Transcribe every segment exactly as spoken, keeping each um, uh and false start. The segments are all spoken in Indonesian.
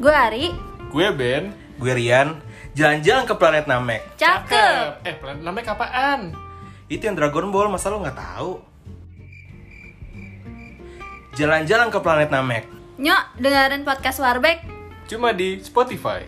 Gue Ari. Gue Ben. Gue Rian. Jalan-jalan ke planet Namek. Cakep. Eh, planet Namek apaan? Itu yang Dragon Ball, masa lo gak tahu? Jalan-jalan ke planet Namek. Nyok, dengerin podcast Warbek Cuma di Spotify.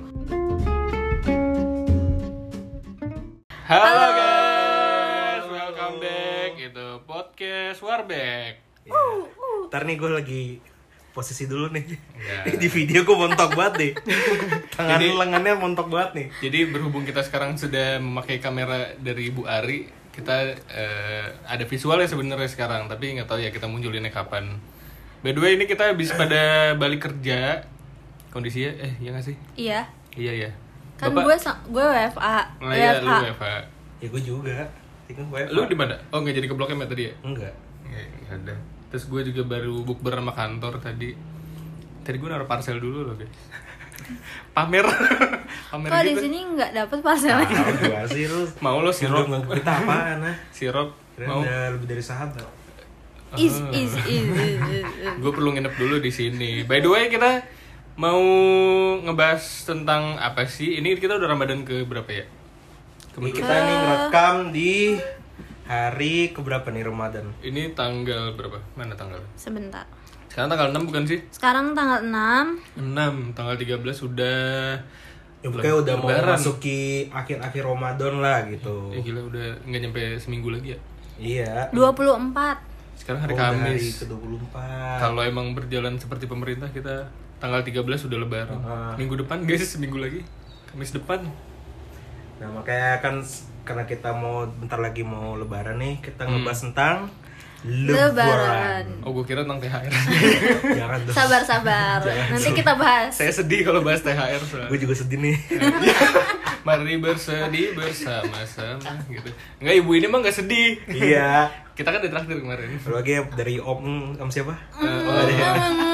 Halo guys, welcome back. Itu podcast Warbek. Ya. Ntar nih gue lagi posisi dulu nih. Ya. Di video gue montok banget nih. Tangan Jadi- lengannya montok banget nih. Jadi berhubung kita sekarang sudah memakai kamera dari Ibu Ari, kita eh, ada visualnya sebenarnya sekarang, tapi nggak tahu ya kita munculinnya kapan. By the way, ini kita habis pada balik kerja. Kondisinya, eh iya nggak sih? Iya. Iya ya. Kan gue gue W F A. Nah, ya, lu W F A. Ya gue juga. Tinggal gue. Lu di mana? Oh nggak jadi ke Blok M ya tadi ya? Enggak. Ya, ya udah. Terus gue juga baru bukber sama kantor tadi. Tadi gue naruh parcel dulu loh guys. Pamer. Pamer Kok di gitu. sini nggak dapet parcelnya? Tahu gue sih lu. Mau lo Sirup sirup? kita apaan ah? Sirup. Kira Mau? udah lebih dari sahabat. Is is is. is, is. Gue perlu nginep dulu di sini. By the way, kita mau ngebahas tentang apa sih? Ini kita udah Ramadan ke berapa ya? Ini kita nih ngerekam di hari keberapa nih Ramadan? Ini tanggal berapa? Mana tanggal? Sebentar. Sekarang tanggal enam bukan sih? Sekarang tanggal enam. enam, tanggal tiga belas sudah Ya pokoknya udah mau Lebaran. masuki akhir-akhir Ramadan lah gitu. Eh gila udah nggak nyampe seminggu lagi ya. Iya. dua puluh empat. Sekarang hari Oh, udah Kamis. Hari ke dua puluh empat. Kalau emang berjalan seperti pemerintah, kita tanggal tiga belas sudah lebaran. Uh-huh. Minggu depan guys, seminggu lagi. Kamis depan. Nah makanya kan s- karena kita mau bentar lagi mau lebaran nih, kita Hmm. ngebahas tentang Lebaran. lebaran. Oh, gue kira tentang T H R. Jangan dong. Sabar sabar. Nanti kita bahas. Saya sedih kalau bahas T H R soalnya. Gue juga sedih nih. Mari bersedih bersama-sama gitu. Enggak, ibu ini mah nggak sedih. Iya. Kita kan ditraktir kemarin. Lalu lagi dari Om Om siapa? Eh, oh, eh,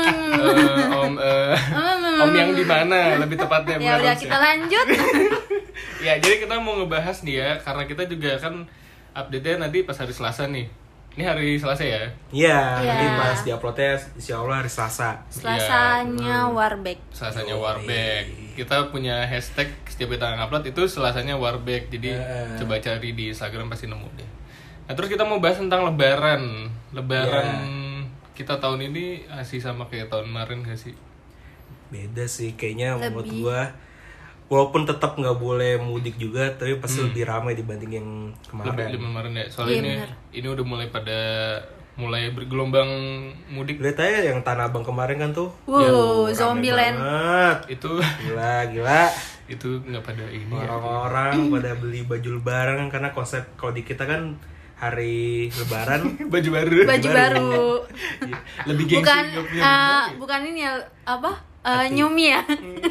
om eh, om yang di mana lebih tepatnya Ya bukan udah om kita siapa. lanjut. Ya, jadi kita mau ngebahas nih ya, karena kita juga kan update-nya nanti pas hari Selasa nih. Ini hari Selasa ya? Iya. Iya. Nanti pas diuploadnya Insya Allah hari Selasa. Selasanya Warbek. Selasanya Yoi. Warbek. Kita punya hashtag setiap kita ngupload itu Selasanya Warbek. Jadi Yeah. coba cari di Instagram pasti nemu deh. Nah, terus kita mau bahas tentang Lebaran. Lebaran kita tahun ini masih sama kayak tahun kemarin gak sih? Beda sih kayaknya menurut Lebih. gua. Walaupun tetap nggak boleh mudik juga, tapi pasti lebih ramai dibanding yang Lebih kemarin. lebih kemarin ya. Soalnya Iya, ini bener. ini udah mulai pada mulai bergelombang mudik. Lihat aja yang Tanah Abang kemarin kan tuh. Wow, Rame Zombieland. banget. Itu Gila, gila. itu nggak pada ini ya. Orang-orang pada beli baju lebaran karena konsep kalau di kita kan hari lebaran Baju baru. Baju baru. Lebih gengsi Bukan nggak punya eh, baju. bukan ini ya apa? Eh, nyumi ya.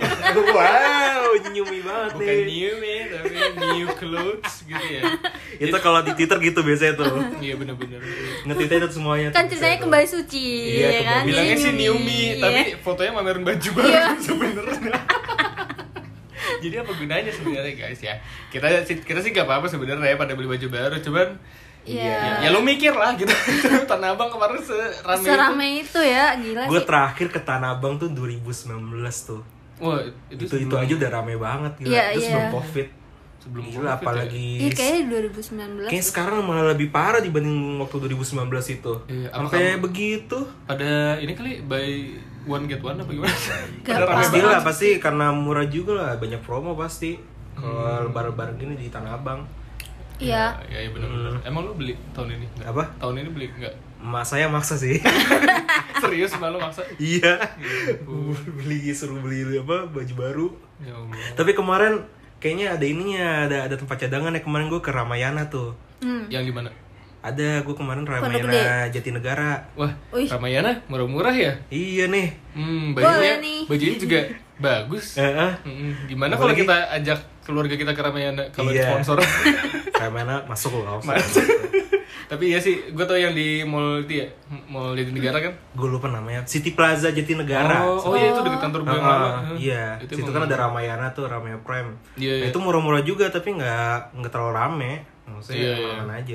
wow, nyumi banget Bukan nih. new ya, tapi new clothes gitu ya. Itu kalau di Twitter gitu biasanya tuh. Iya benar-benar. Nge-tweet itu semuanya. Kan tuh ceritanya biasanya kembali suci, Iya, ya kan? Bilangnya Jadi sih new me, Iya. tapi fotonya pamerin baju baru Iya. sebenarnya. Jadi apa gunanya sebenarnya guys ya? Kita sih kita sih gak apa-apa sebenarnya pada beli baju baru, cuman Iya. ya, ya lu mikir lah gitu. Tanah Abang kemarin serame, Serame itu ya, gila Gue sih. terakhir ke Tanah Abang tuh dua ribu sembilan belas tuh. itu. Wah, itu Itu itu, sebelum- aja udah rame banget gila. Iya, Itu iya. sebelum Covid. sebelum Gila, Covid ya. apalagi Iya kayaknya dua ribu sembilan belas. kayak sekarang malah lebih parah dibanding waktu dua ribu sembilan belas itu. Iya, apa Sampai kamu- begitu. Pada ini kali buy one get one apa gimana? Gak Pada rame Pasti banget. lah, pasti karena murah juga lah, banyak promo pasti. Kalau lebaran-lebaran gini di Tanah Abang. Iya. Ya, ya benar-benar. Emang lu beli tahun ini? Nggak? Apa? Tahun ini beli enggak? Emak saya maksa sih. Serius malu maksa? Iya. Beli suruh beli apa baju baru. Ya Allah. Tapi kemarin kayaknya ada ininya, ada ada tempat cadangan ya. Kemarin gue ke Ramayana tuh. Hmm. Yang di mana? Ada, gue kemarin Pondok Ramayana Jatinegara. Wah, Wih. Ramayana murah-murah ya? Iya nih. Hmm, Boleh bajunya, nih. bajunya juga bagus. Heeh. Mm-mm. Gimana kalau Apalagi- kita ajak keluarga kita ke Ramayana kalau Iya. sponsor? Ramayana masuk loh. Masuk. Tapi iya sih, gue tau yang di mall itu ya, mall Jatinegara kan? Gue lupa namanya. City Plaza Jatinegara. Oh, oh iya itu dekat kantor gue yang lama. Ah, iya, Itu situ emang- kan ada Ramayana tuh, Ramayana Prime. Iya, Nah, iya. itu murah-murah juga tapi nggak nggak terlalu rame. Maksudnya Iya, ya, iya. aman aja.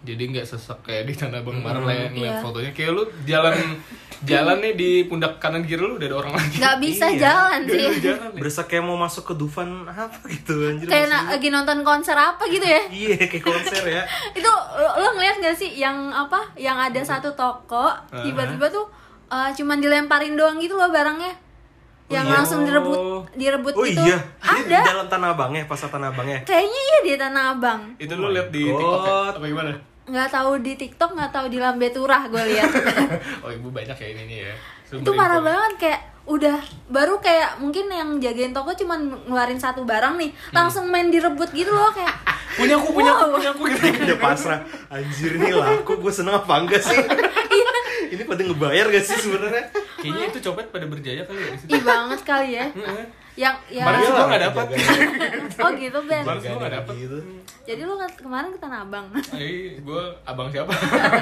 Jadi nggak sesek kayak di Tanah Abang kemarin lah ya, ngeliat Iya. fotonya. Kayak lu jalan jalan nih di pundak kanan kiri lu udah ada orang lagi. Nggak bisa Iya. jalan Nggak sih. bisa jalan ya. Berasa kayak mau masuk ke Dufan apa gitu anjir. Kayak maksudnya. na- lagi nonton konser apa gitu ya. Iya kayak konser ya. Itu lo, lo ngeliat gak sih yang apa? Yang ada satu toko tiba-tiba tuh uh, cuman dilemparin doang gitu loh barangnya. Yang iya. langsung direbut direbut Oh gitu. iya, ini di Ada. dalam Tanah Abang ya, pasar Tanah Abang ya. Kayaknya iya di Tanah Abang. Itu Oh lu my lihat di God. TikTok ya? Apa gimana? Nggak tahu di TikTok, nggak tahu di Lambe Turah gue lihat. Oh ibu banyak kayak ini ya. Sumber Itu parah info. banget, kayak udah baru kayak mungkin yang jagain toko cuman ngeluarin satu barang nih, langsung main direbut gitu loh kayak. Punya aku, punya aku, Wow. punya aku gitu. Udah pasrah. Anjir nih laku, gue seneng apa enggak sih? Ini pada ngebayar gak sih sebenarnya? Kayaknya itu copet pada berjaya kali ya di situ. Ih banget kali ya. Yang ya. Kemarin sih gua nggak dapet. Oh gitu Ben. Kemarin sih gua nggak dapet. Gitu. Jadi lu ke- kemarin ke Tanah Abang. Eh, gue abang siapa?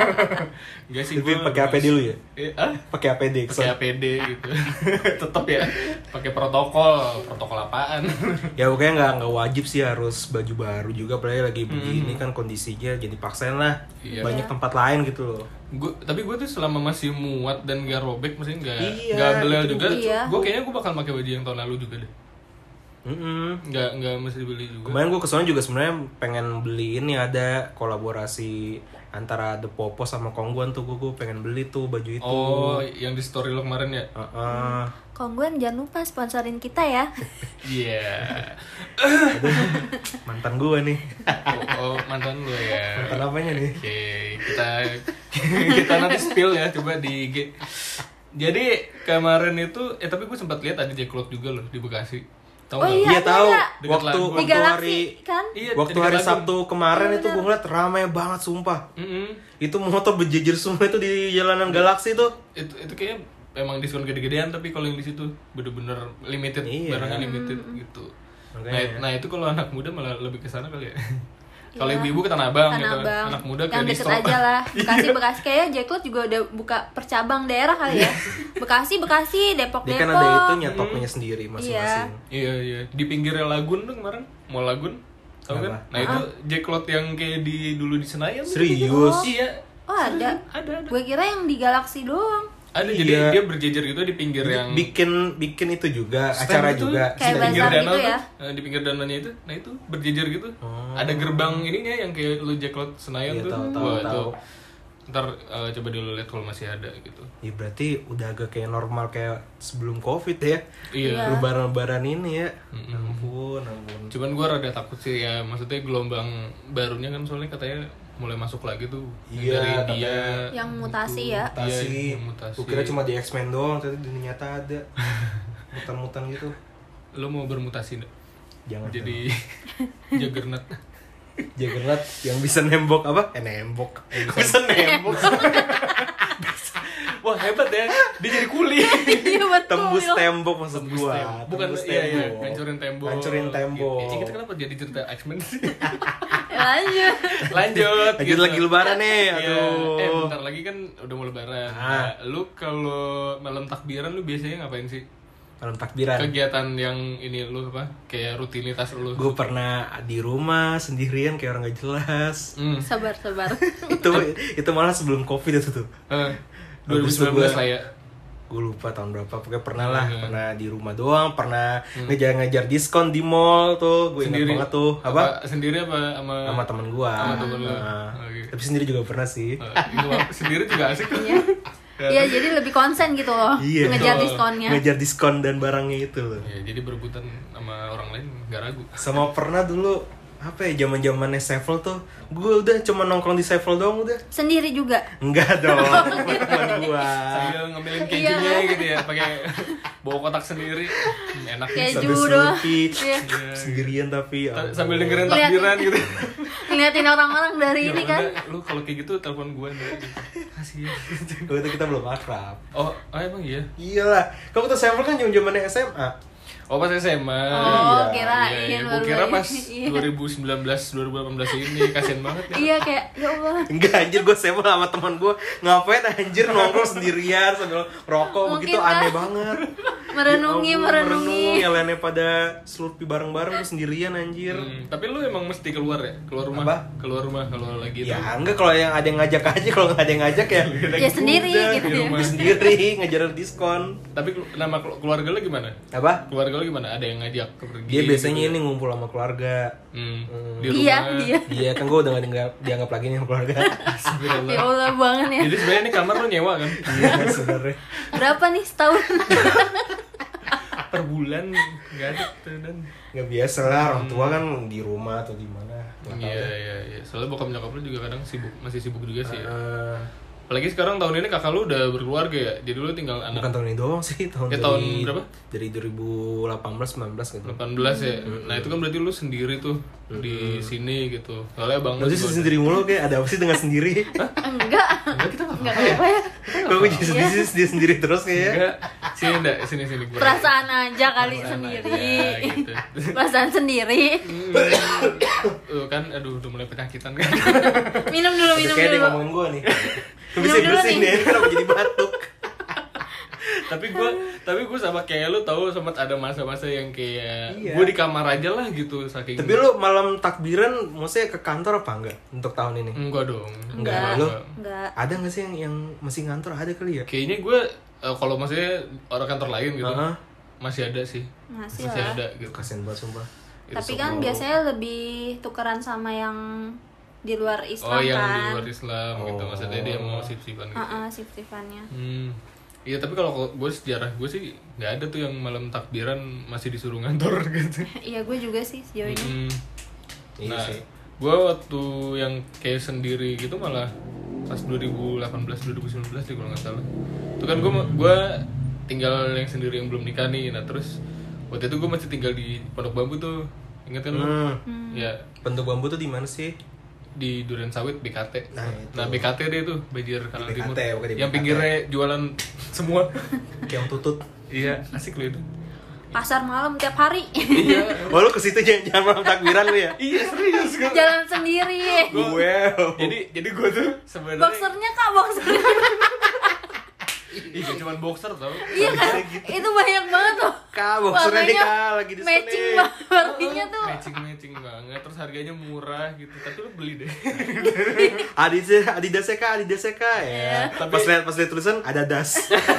Enggak sih, Tapi gua pakai A P D lu ya? Eh, ah? Pakai A P D. Pakai A P D gitu. Tetep ya. Pakai protokol, protokol apaan? Ya pokoknya nggak nggak wajib sih harus baju baru juga, apalagi lagi begini kan kondisinya, jadi paksain lah. Iya. Banyak tempat lain gitu loh. Gua, tapi gue tuh selama masih muat dan gak robek, maksudnya gak, Iya, gak belel itu juga. iya. Gue kayaknya gue bakal pakai baju yang tahun lalu juga deh. Mm-mm. Gak, gak mesti beli juga. Kemarin gue kesana juga sebenarnya pengen beli ini, ada kolaborasi antara The Popo sama Kongguan tuh, gue gue pengen beli tuh baju itu. Oh, yang di story lo kemarin ya? Heeh. Kongguan jangan lupa sponsorin kita ya. Iya. Aduh, mantan gue nih. Oh, oh, mantan lo ya. Mantan apanya nih? Oke, kita kita nanti spill ya, coba di I G. Jadi kemarin itu, eh tapi gue sempat lihat ada Jack Cloud juga loh di Bekasi. Tahu Oh nggak? iya. Iya tahu. ada. Dekat Waktu Lagun. Di waktu Galaxy hari kan? Iya, waktu dekat hari Lagun. Sabtu kemarin Iya, itu gue ngeliat ramai banget sumpah. Mm-mm. Itu motor berjejer semua itu di jalanan Galaxy tuh. Itu itu kayaknya emang diskon gede-gedean, tapi kalau yang di situ bener-bener limited, Iya. barangnya limited gitu. Nah, Makanya. nah itu kalau anak muda malah lebih ke sana kali ya. Kalau Iya. ibu-ibu ke Tanah Abang Tanah gitu. Abang. Anak muda yang ke deket Distro. aja lah. Bekasi Bekasi kayaknya Jack Cloud juga udah buka percabang daerah kali ya. Bekasi Bekasi Depok Dia Depok. kan ada itunya topnya sendiri masing-masing. Iya iya, di pinggirnya Lagun tuh kemarin, Mall Lagun. Tahu kan? Apa? Nah, itu Jack Cloud yang kayak di dulu di Senayan. tuh. Serius? Iya. Oh ada. Ada ada. Gue kira yang di Galaxy doang. Ada Iya. jadi dia berjejer gitu di pinggir yang Bikin bikin itu juga, stand acara itu, juga. Kayak di pinggir bazar danau gitu tuh, ya? eh, di pinggir danaunya itu, nah itu berjejer gitu. Oh. Ada gerbang ininya yang kayak lu Jack Cloud Senayan Iya, tuh. tahu, tahu, Wah, tahu. itu. Ntar eh, coba dulu lihat kalau masih ada gitu. Ya berarti udah agak kayak normal kayak sebelum Covid ya. Iya. Lebaran-lebaran ini ya. Mm-mm. Ampun, ampun. Cuman gua rada takut sih ya, maksudnya gelombang barunya kan soalnya katanya mulai masuk lagi tuh. Yang Iya, dari katanya. India. Yang mutasi ya. Mutasi. Iya, yang mutasi. Gua kira cuma di X-Men doang, ternyata di dunia nyata ada. Mutan-mutan gitu. Lo mau bermutasi nggak? Jangan. Jadi Juggernaut. Juggernaut yang bisa nembok apa? Eh nembok. Bisa nembok. Wah hebat ya, dia jadi kuli. Iya betul. Tembus Mil. tembok maksud Tembus gua. tembok. Bukan Tembus iya iya, tembok. ngancurin tembok. Ngancurin tembok. Gitu. Eh, kita kenapa jadi cerita X-Men sih? Lanjut. Lanjut. Lanjut lagi lebaran nih, Iya. aduh. Eh bentar lagi kan udah mau lebaran. Ah. Nah, lu kalau malam takbiran lu biasanya ngapain sih? Malam takbiran. Kegiatan yang ini lu apa? Kayak rutinitas lu. Gue pernah di rumah sendirian kayak orang gak jelas. Hmm. Sabar sabar. itu itu malah sebelum Covid itu tuh. Eh, dua ribu Habis itu sembilan belas gua- lah ya. Gue lupa tahun berapa, pokoknya pernah lah, Hmm. pernah di rumah doang, pernah ngejar-ngejar diskon di mall tuh, gue ingat Sendiri banget tuh, apa? Sendiri apa sama Sama temen gue. Sama temen lu. Nah, Oke. tapi sendiri juga pernah sih. Eh, itu apa? Sendiri juga asik. Iya. Iya jadi lebih konsen gitu loh. Iya. Ngejar Betul. diskonnya. Ngejar diskon dan barangnya itu loh. Ya, jadi berebutan sama orang lain nggak ragu. Sama pernah dulu apa ya, zaman-zamannya Sevel tuh, gue udah cuma nongkrong di Sevel doang udah. Sendiri juga. Enggak dong, teman gue. Sambil ngambilin Iya. kejunya gitu ya, pakai bawa kotak sendiri. Hmm, enak Keju. Sambil doang. Slurpee, Iya. sendirian tapi ya Ta- ampun. sambil dengerin Lihat. takbiran gitu. Ngeliatin orang-orang dari ini kan. Udah, lu kalau kayak gitu telepon gue nih. Kasihan. Waktu itu kita belum akrab. Oh, oh emang iya. Iyalah, kamu tuh Sevel kan zaman-zamannya S M A. Oh pas S M A. Oh, Iya, kirain iya. baru Gue kira lagi. pas Iya. dua ribu sembilan belas dua ribu delapan belas ini kasian banget ya. Iya kayak ya Allah. Enggak anjir, gue sama sama teman gue ngapain anjir nongkrong sendirian sambil rokok Mungkin begitu, kan. aneh banget. Merenungi, Ya ampun, merenungi. yang lainnya pada slurpee bareng-bareng, gue sendirian anjir. Hmm, tapi lu emang mesti keluar ya? Keluar rumah? Apa? Keluar rumah kalau lagi itu. Ya enggak, kalau yang ada yang ngajak aja, kalau nggak ada yang ngajak ya Ya sendiri udah, gitu di ya. rumah. sendiri ngejar diskon. Tapi kelu- nama kelu- keluarga lu gimana? Apa? Keluarga lu gimana? Ada yang ngajak ke pergi? Dia biasanya gitu? ini ngumpul sama keluarga. Hmm, Hmm. di Iya, rumah. dia. Iya kan, gue udah gak dianggap, dianggap lagi nih sama keluarga. Astagfirullah. Ya Allah banget ya. Jadi sebenarnya ini kamar lu nyewa kan? Iya sebenarnya. Berapa nih setahun? Per bulan nggak ada tuh dan. Nggak biasa lah, orang tua kan di rumah atau di mana. Nggak tahu Iya deh. iya iya. Soalnya bokap nyokap lu juga kadang sibuk, masih sibuk juga sih. Ya. Eh, Apalagi sekarang tahun ini kakak lu udah berkeluarga ya. Jadi lu tinggal anak bukan tahun ini doang sih, tahun Ya, dari, tahun berapa? Dari dua ribu delapan belas sembilan belas gitu. delapan belas ya. Nah, itu kan berarti lu sendiri tuh di sini gitu. Soalnya Bang lu Berarti juga- sendiri mulu, kayak ada apa sih dengan sendiri? Enggak. Enggak, kita enggak Enggak apa-apa ya. apa-apa ya. Kok gue jadi sendiri, sendiri, sendiri terus kayaknya? Enggak. Sini enggak, sini sini gua. Perasaan aja kali Perasaan sendiri. aja, gitu. Perasaan sendiri. Tuh kan aduh udah mulai penyakitan kan. Minum dulu, minum Kayak dia dulu. ngomongin gue nih. Minum Bisa dulu bersin nih. deh, kenapa jadi batuk? tapi gue tapi gue sama kayak lu tahu sempat ada masa-masa yang kayak Iya. gue di kamar aja lah gitu saking Tapi lu malam takbiran maksudnya ke kantor apa enggak untuk tahun ini? enggak dong Enggak. Lu? Enggak. Ada nggak sih yang yang masih ngantor, ada kali ya? kayaknya gue eh, kalau maksudnya orang kantor lain gitu Heeh. masih ada sih Masih masih lah. ada gitu. Kasian banget sumpah. Tapi Itu kan semua. biasanya lebih tukeran sama yang di luar Islam oh yang kan. di luar Islam gitu Oh. maksudnya dia mau sip-sipan gitu Heeh, shift-shiftannya. hmm. Iya tapi kalau gue sejarah gue sih nggak ada tuh yang malam takbiran masih disuruh ngantor gitu Iya, gue juga sih sejauh ini. Hmm. Iya Nah, sih. gue waktu yang kayak sendiri gitu malah pas dua ribu delapan belas dua ribu sembilan belas deh kalau nggak salah. Itu kan gue gue tinggal yang sendiri yang belum nikah nih. Nah terus waktu itu gue masih tinggal di Pondok Bambu tuh, ingat kan lu? Hmm. Ya Bentuk bambu tuh di mana sih? di Duren Sawit B K T. Nah, itu. Nah B K T deh tuh Banjir Kanal B K T, Timur. bukan di Yang B K T. pinggirnya jualan semua. Yang tutut. Iya asik loh itu. Pasar malam tiap hari. Iya. Oh lu ke situ jangan jangan malam takbiran lu ya? Iya serius kan. Jalan sendiri. Wow. Jadi jadi gue tuh sebenarnya. Boxernya Kak, boxernya. Ih, gak cuma boxer tau. Iya kan? Itu banyak banget tuh. Kak, boxernya nih Warnanya kak lagi diskon matching nih. banget warnanya tuh. matching matching banget terus harganya murah gitu tapi lu beli deh Adidas, Adidas kak, Adidas kak ya. Tapi- Pas lihat pas lihat tulisan ada das.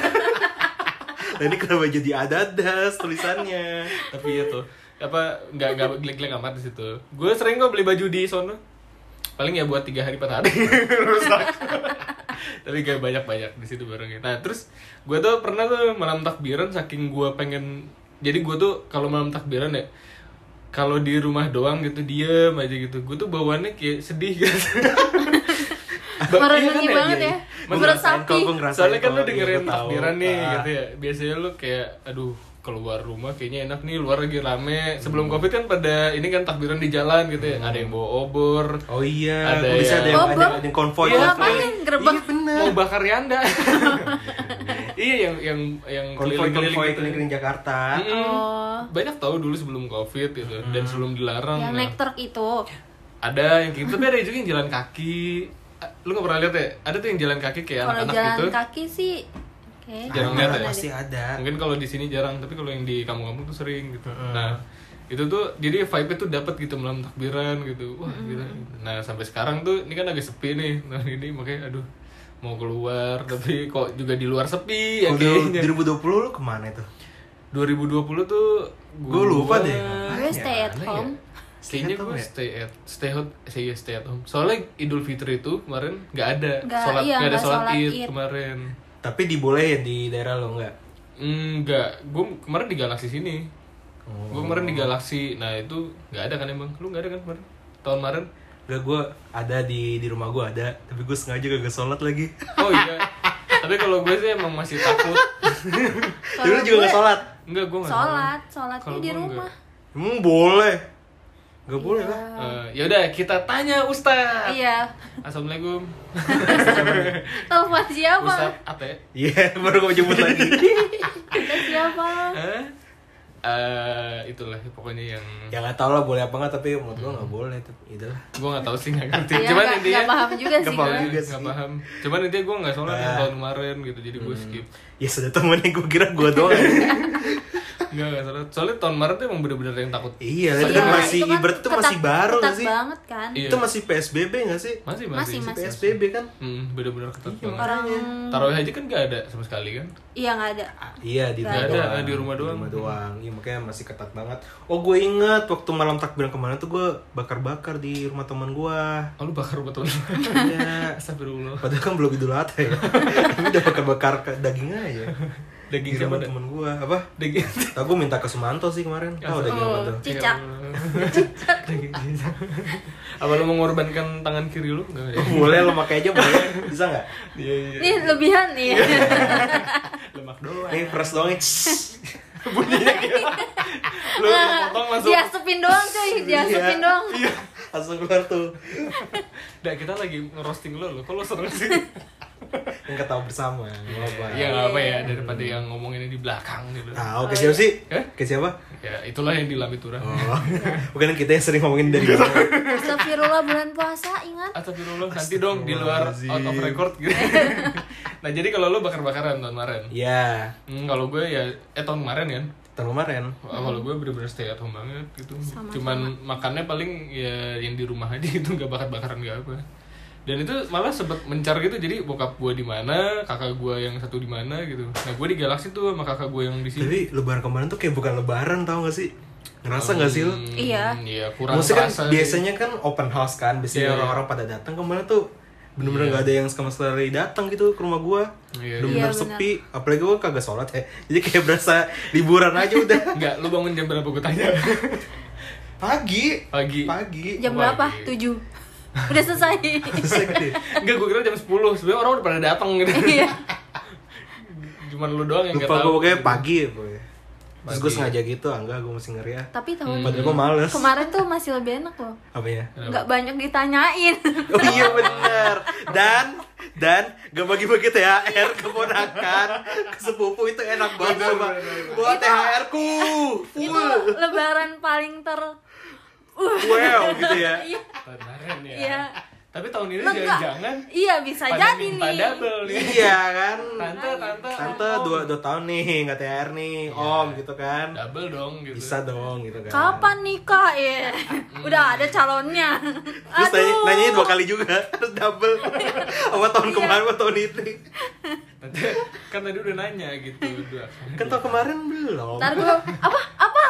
Nah ini kenapa jadi ada das tulisannya? tapi ya tuh apa nggak nggak geleng-geleng amat di situ gue sering kok beli baju di sono paling ya buat tiga hari empat hari rusak tapi gak banyak banyak di situ barangnya nah terus gue tuh pernah tuh malam takbiran saking gue pengen jadi gue tuh kalau malam takbiran ya kalau di rumah doang gitu diem aja gitu gue tuh bawaannya kayak sedih gitu Ba- iya Merenungi kan banget ya. Gua Berat ngerasain sapi. kok, gua ngerasain Soalnya kan kok. lu dengerin Iya, gua tahu. takbiran nih Ah. gitu ya. Biasanya lu kayak aduh keluar rumah kayaknya enak nih, luar lagi rame. Sebelum Covid kan pada ini kan takbiran di jalan gitu ya. Ada yang bawa obor, Oh iya, Ada gua bisa yang- ada yang Oh, ada, Bang. ada yang konvoy. Mau Iya, ngapain? konvoy. Gerbang. Iya bener. mau bakar Yanda. Iya yang yang yang Konvoy konvoy keliling-keliling gitu. keliling Jakarta. Mm-mm. Oh. Banyak tahu dulu sebelum Covid gitu dan sebelum dilarang. Yang Nah, naik truk itu. ada yang gitu, tapi ada juga yang jalan kaki. Lu gak pernah lihat ya? Ada tuh yang jalan kaki kayak Kalau anak-anak jalan gitu. kaki sih kayak Jarang Ada, lihat ya? pasti ada. Mungkin kalau di sini jarang, tapi kalau yang di kampung-kampung tuh sering gitu. Nah, itu tuh jadi vibe-nya tuh dapat gitu malam takbiran gitu. Wah, gitu. Nah, sampai sekarang tuh ini kan agak sepi nih. Nah, ini makanya aduh mau keluar tapi kok juga di luar sepi ya Kalau kayaknya. dua ribu dua puluh lu kemana itu? dua ribu dua puluh tuh Gua lupa deh. gue stay at Mana home. ya? Kayaknya Stay at gue home ya? stay at stay home, saya stay at home. Soalnya Idul Fitri itu kemarin nggak ada Nggak, sholat, iya, nggak ada nggak sholat sholat id Id. kemarin. Tapi dibolehin di daerah lo enggak? Enggak, gue kemarin di Galaksi sini. Oh. Gue kemarin di Galaksi, nah itu nggak ada kan emang? Lu nggak ada kan kemarin? Tahun kemarin? Enggak, gue ada di di rumah gue ada, tapi gue sengaja gak sholat lagi. Oh iya. Tapi kalau gue sih emang masih takut. Jadi lu juga gak sholat? Enggak, gue nggak Sholat, sholatnya Kalau di gua rumah. Emang boleh? Gak boleh lah. Eh, ya udah kita tanya Ustadz. Iya. Assalamualaikum. Telepon siapa? Ustadz Ate. Iya, baru gue jemput lagi. Ada siapa? Eh? uh, itulah pokoknya yang Ya nggak tahu lah boleh apa nggak, tapi menurut gue nggak boleh itu. Itulah. gue nggak tahu sih, nggak ngerti. Iya, Cuman nggak- intinya nggak paham juga Nggak sih paham gue. juga nggak sih. paham. Cuman intinya gue nggak sholat yang Nah. tahun kemarin gitu, jadi gue skip. Ya sudah temennya gue kira gue doang. Nggak nggak sholat. Soalnya tahun kemarin tuh emang bener-bener yang takut. Iya, Iya, itu kan masih itu kan ibarat itu ketat- masih baru ketat nggak sih? banget kan. Iya. Itu masih P S B B nggak sih? Masih Masih, masih. masih. P S B B kan? Hmm, bener-bener ketat banget. Orang Tarawih aja kan nggak ada sama sekali kan? iya nggak ada. Iya di Nggak rumah ada, doang. di rumah doang. Di rumah doang. Iya makanya masih ketat banget. Oh gue inget waktu malam takbiran kemarin tuh gue bakar-bakar di rumah teman gue. Oh, lu bakar betul. Iya. Astagfirullah. Padahal kan belum Idul Adha ya. Tapi udah bakar-bakar ke- daging aja. Daging Di siapa rumah dah? temen gue apa? Daging. Tahu gue minta ke Sumanto sih kemarin. Tahu daging apa Oh, tuh? cicak. Daging cicak. Apa lu mengorbankan tangan kiri lu? Enggak ya? Boleh lo pakai aja boleh. Bisa nggak? Iya iya. Nih lebihan nih. Lemak doang. Nih fresh doang. Bunyinya gitu. Lu lu potong langsung. Diasupin doang cuy, diasupin Iya. doang. Iya. Langsung keluar tuh. Dah kita lagi ngerosting lo lo. Kok lo serem sih? Yang ketawa bersama. Nggak apa. Ya nggak apa ya, daripada yang ngomong ini di belakang gitu. Tahu ke siapa sih? Eh? Ke siapa? Ya itulah yang di Lamitura. Oh. Bukan kita yang sering ngomongin dari belakang. Astagfirullah, bulan puasa ingat. Astagfirullah, nanti dong di luar out of record gitu. Nah jadi kalau lo bakar-bakaran tahun kemarin. Iya. Hmm, kalau gue ya eh tahun kemarin kan. Tahun kemarin. Wah, kalau gue bener-bener stay at home banget gitu. Sama-sama. Cuman makannya paling ya yang di rumah aja gitu, nggak bakar-bakaran nggak apa. Dan itu malah sempet mencar gitu, jadi bokap gue di mana, kakak gue yang satu di mana gitu. Nah gue di Galaxy tuh sama kakak gue yang di sini. Tapi lebaran kemarin tuh kayak bukan lebaran tau gak sih? Ngerasa gak sih lo? Hmm, Iya. Iya kurang Maksudnya kan terasa sih. biasanya kan open house kan, biasanya Iya. orang-orang pada datang. Kemarin tuh bener-bener Iya. gak ada yang sama sekali datang gitu ke rumah gua. Iya. Bener-bener Iya, sepi. Apalagi gua kagak sholat ya. Jadi kayak berasa liburan aja udah. Enggak, lu bangun jam berapa gue tanya? Pagi. Pagi. Pagi. Jam Pagi. berapa? tujuh. Udah selesai. Selesai gede. Enggak, gue kira jam sepuluh. Sebenarnya orang udah pada datang gitu. Iya. Cuman lu doang yang nggak Lupa tahu. gua pokoknya gitu. pagi ya pokoknya. Terus Pagi. gua sengaja gitu, ah, enggak gua masih ngeri ya. Tapi tahun Padahal gua males. kemarin tuh masih lebih enak loh. Apa ya? Nggak banyak ditanyain. Oh iya bener. Dan dan gak bagi-bagi T H R ke ponakan, ke sepupu itu enak banget sama. Buat T H R ku. Itu Full. lebaran paling ter Wow gitu ya. Iya. Tahun kemarin ya. Iya. Tapi tahun ini Enggak. jangan-jangan Iya bisa pada jadi minta nih. double nih. Iya kan. Tante, tante, Tante dua dua tahun nih nggak T H R nih, Om gitu kan. double dong gitu. Bisa dong gitu kan. Kapan nikah ya? Udah ada calonnya. Terus nanya, nanyanya dua kali juga, harus double. Apa tahun Iya. kemarin apa tahun ini? Nanti kan tadi udah nanya gitu dua. Kan tahun kemarin belum. Ntar gue apa apa?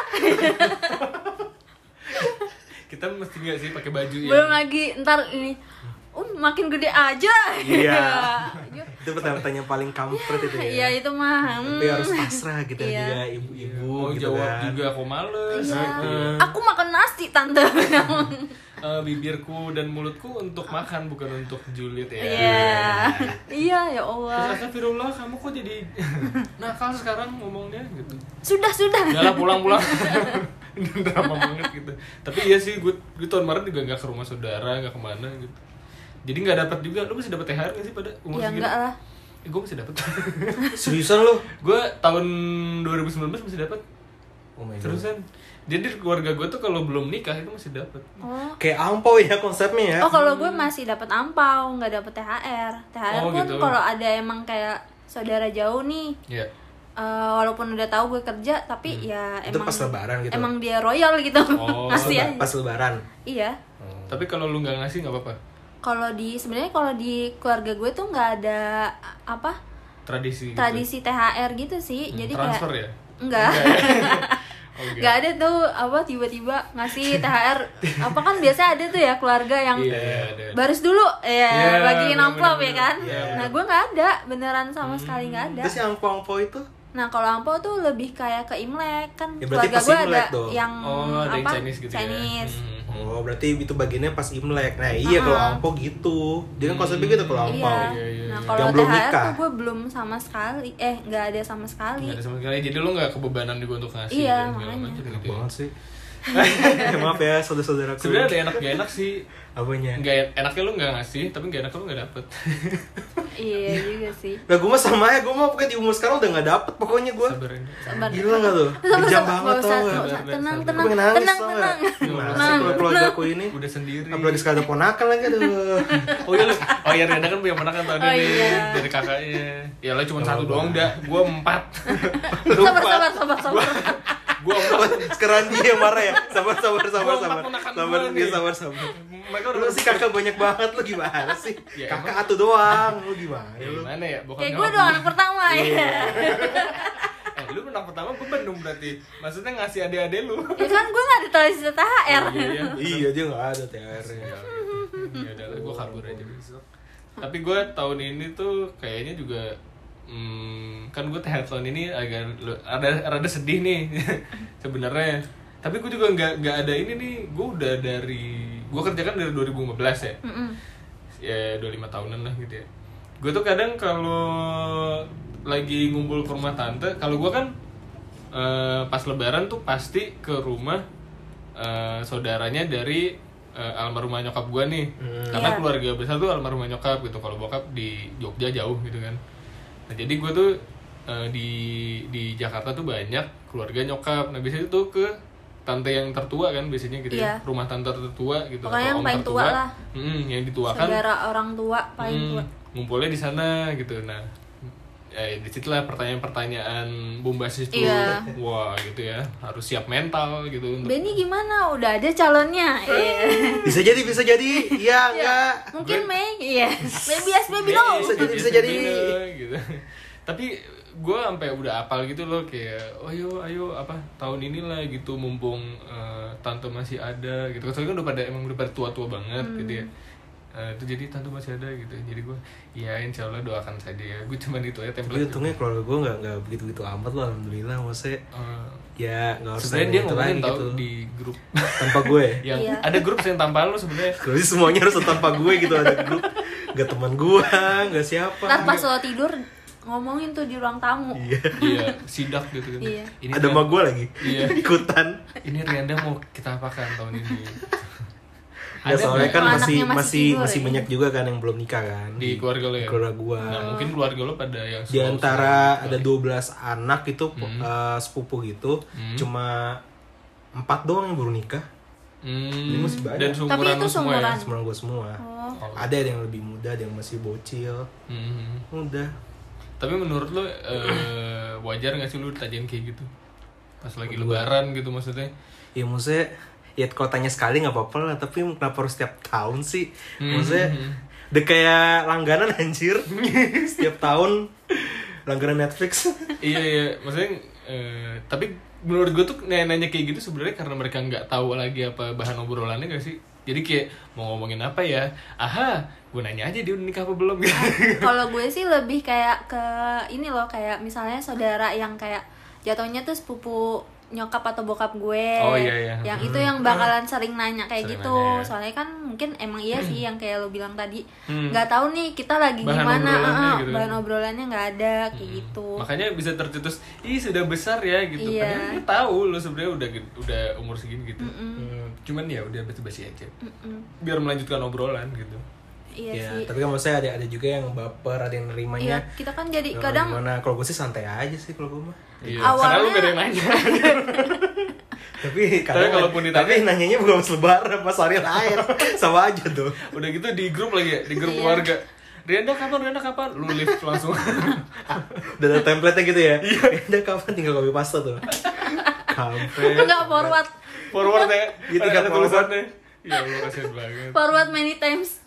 Kita mesti nggak sih pakai baju ya? Belum lagi ntar ini. Um makin gede aja. Iya. Itu pertanyaan paling kampret itu ya. Iya itu mah. Tapi hmm. harus pasrah gitu Iya. juga ibu-ibu Mau gitu jawab kan. juga aku males. Iya. Iya. Aku makan nasi tante. Eh, bibirku dan mulutku untuk makan bukan untuk julid ya. Iya. Iya ya Terus Allah. astagfirullah, kamu kok jadi nakal sekarang ngomongnya gitu. Sudah sudah. Udah lah pulang-pulang. Drama banget gitu. Tapi iya sih, gue, gue tahun kemarin juga gak ke rumah saudara, gak kemana gitu. Jadi gak dapat juga. Lu masih dapat T H R gak sih pada umur Ya segitu? enggak lah. Eh, gue masih dapat. Seriusan lu? Gue tahun dua ribu sembilan belas masih dapat. Oh my god. Terusan. Jadi keluarga gue tuh kalau belum nikah itu masih dapat. Oh. Kayak angpau ya konsepnya ya. Oh kalau gue masih dapat ampau, nggak dapat T H R. T H R Oh, pun gitu. kalau ada emang kayak saudara jauh nih, Iya. eh, walaupun udah tahu gue kerja, tapi ya Itu emang pas lebaran gitu? emang dia royal gitu, Oh, ngasih Leba- aja. Pas lebaran. Iya. Tapi kalau lu nggak ngasih nggak apa-apa. Kalau di sebenarnya kalau di keluarga gue tuh nggak ada apa Tradisi. Gitu. tradisi T H R gitu sih, Hmm, jadi transfer kayak ya? enggak. Oh, enggak. Nggak ada tuh apa tiba-tiba ngasih T H R apa kan biasa ada tuh ya keluarga yang Iya, ada. baris dulu ya Iya, bagiin amplop ya bener-bener. kan. Iya. Nah gue nggak ada beneran sama sekali nggak ada. Terus yang angpau-angpau itu? Nah kalau ampau tuh lebih kayak ke Imlek kan Ya, berarti keluarga pas gue Imlek ada dong. yang Oh, ada yang apa Chinese gitu Chinese. ya. Hmm. Oh, berarti itu bagiannya pas Imlek. Nah, iya kalau Ah. angpau gitu. Dia kan konsepnya gitu kalau angpau. Iya. Iya, iya, Nah iya. kalau Yang T belum H R nikah. tuh gue belum sama sekali. Eh nggak ada sama sekali. Nggak ada sama sekali. Jadi lu nggak kebebanan juga untuk ngasih Iya, dan segala makanya. macam Enak gitu. Ya. banget sih. Maaf ya saudara-saudaraku. Sebenarnya ada enak gak enak sih. Apanya? Nggak enaknya lu nggak ngasih, tapi nggak enaknya lu nggak dapet. Iya juga sih. Nah gue mah sama ya, gue mah pokoknya di umur sekarang udah gak dapet pokoknya gue. Sabar aja. Sabar. Gila gak tuh? Sabar, Kejam sabar. banget Nggak tau usah, gak? nggak usah. Sabar, Tenang, sabar. tenang, Gue nangis tenang, tau tenang. gak? Gimana sih Tenang, kalau keluarga aku ini? Udah sendiri. Apalagi sekarang ada ponakan lagi aduh. Oh iya lu. Oh iya Riana kan punya ponakan tahun Oh, ini iya. dari kakaknya. Ya lah cuma satu apa-apa. doang dah. Gua empat. Sabar, sabar, sabar, sabar. Gua empat. Sekarang dia yang marah ya. Sabar, sabar, sabar, Gua sabar. empat ponakan Sabar, gua dia nih. sabar, sabar. Mereka Lu sih kakak banyak banget lu gimana sih? Ya, Kakak emang. atu doang, lu gimana Ya, lu? gimana ya? Bokap Kayak gue nyokap doang gua. anak pertama ya. Eh, lu anak pertama beban dong berarti. Maksudnya ngasih adik-adik lu. Ya kan gue gak ditulis T H R. Iya, iya. Iya, dia gak ada T R Ya, ya. ya udah gue kabur aja besok. Tapi gue tahun ini tuh kayaknya juga hmm, kan gue T H R tahun ini agak ada rada sedih nih sebenarnya. Tapi gue juga nggak nggak ada ini nih. Gue udah dari gue kerja kan dari dua ribu lima belas ya. Mm-mm. Ya dua puluh lima tahunan lah gitu ya. Gue tuh kadang kalau lagi ngumpul ke rumah tante, kalau gue kan eh, pas lebaran tuh pasti ke rumah eh, saudaranya dari eh, almarhumah nyokap gue nih. Hmm. Karena Iya. keluarga besar tuh almarhumah nyokap gitu. Kalau bokap di Jogja jauh gitu kan. Nah jadi gue tuh eh, di di Jakarta tuh banyak keluarga nyokap. Nah biasanya tuh ke tante yang tertua kan biasanya gitu Iya. ya, rumah tante tertua gitu. Pokoknya atau yang om paling tertua. tua lah. Mm, yang dituakan. Saudara orang tua paling Hmm, tua. ngumpulnya di sana gitu. Nah, eh di situlah pertanyaan-pertanyaan bombastis tuh. Iya. Wah, gitu ya. Harus siap mental gitu untuk Benny gimana? Udah ada calonnya? Iya. Bisa jadi, bisa jadi. Iya, enggak. Mungkin Gue- Mei, iya. Maybe yes, maybe no. Bisa jadi, Biasa bisa jadi. gitu. Tapi gue sampai udah apal gitu loh kayak oh yo ayo apa tahun inilah gitu mumpung eh, tante masih ada gitu. Soalnya kan udah pada emang udah pada tua-tua banget Hmm. gitu ya. Eh, itu jadi tante masih ada gitu. Jadi gue ya insya Allah doakan saja ya. Gue cuma itu ya Tapi template. untungnya keluarga gue nggak nggak begitu begitu amat loh, alhamdulillah. Maksudnya Eh, ya nggak harus sebenarnya dia nanya itu ngomongin lagi tau gitu. di grup Tanpa gue. yang Iya. ada grup yang tanpa lu sebenarnya. Jadi semuanya harus tanpa gue gitu, ada grup. Gak teman gue, gak siapa. Ntar pas lo tidur ngomongin tuh di ruang tamu. Iya. Iya, sidak gitu kan. Iya. Ini Ada Rian- sama gue lagi. Iya. Ikutan. Ini Rianda mau kita apakan tahun ini? Ya, soalnya nggak kan Kalau masih anaknya masih masih tidur, masih ya. banyak juga kan yang belum nikah kan di keluarga lo ya? Di keluarga gua. Nah, mungkin keluarga lo pada yang Di slow- antara slow ada kali. dua belas anak itu Hmm. eh, sepupu gitu, Hmm. cuma empat doang yang baru nikah. Hmm, Ini masih banyak. dan seumuran Tapi itu lo semua ya? seumuran. Semua gue semua. Oh. Oh. Ada yang lebih muda, ada yang masih bocil. Hmm. Udah. Tapi menurut lo eh, wajar nggak sih lo ditanyain kayak gitu? Pas lagi lebaran gitu maksudnya? Ya maksudnya ya kalau tanya sekali nggak apa-apa lah, tapi kenapa harus setiap tahun sih? Hmm. Maksudnya udah kayak langganan anjir. Setiap tahun langganan Netflix. Iya iya, maksudnya eh, tapi menurut gue tuh nanya-nanya kayak gitu sebenarnya karena mereka nggak tahu lagi apa bahan obrolannya gak sih? Jadi kayak mau ngomongin apa ya? Aha, gue nanya aja dia udah nikah apa belum gitu. Kalau gue sih lebih kayak ke ini loh, kayak misalnya saudara yang kayak jatuhnya tuh sepupu nyokap atau bokap gue. Oh, iya, iya. Yang itu yang bakalan sering nanya kayak Sering gitu. nanya, ya. Soalnya kan mungkin emang iya sih yang kayak lo bilang tadi. Hmm. Nggak tahu nih kita lagi Bahan gimana, obrolannya ah, gitu kan. bahan obrolannya nggak ada kayak Hmm. gitu. Makanya bisa tercetus, ih sudah besar ya gitu. Iya. Padahal lu tahu lo sebenarnya udah udah umur segini gitu. Mm-mm. Hmm, Cuman ya udah basa-basi aja. Mm-mm. Biar melanjutkan obrolan gitu. Iya Ya, sih. tapi kan maksudnya ada ada juga yang baper, ada yang Iya, nerimanya. kita kan jadi Nah, kadang gimana? Kalau gue sih santai aja sih kalau gue mah. Iya. Awalnya- Karena lu gak ada yang nanya. Tapi kadang kalaupun ditanya- tapi nanyanya bukan pas lebaran, pas hari lain. Sama aja tuh. Udah gitu di grup lagi ya, di grup Iya. keluarga. Rianda kapan? Rianda kapan? Lu live langsung. Udah ada template-nya gitu ya. Udah kapan tinggal copy paste tuh. Kampret. nggak forward Forward ya. Iya, tinggal ada forward. tulisannya. Ya Allah kasihan banget. forward many times.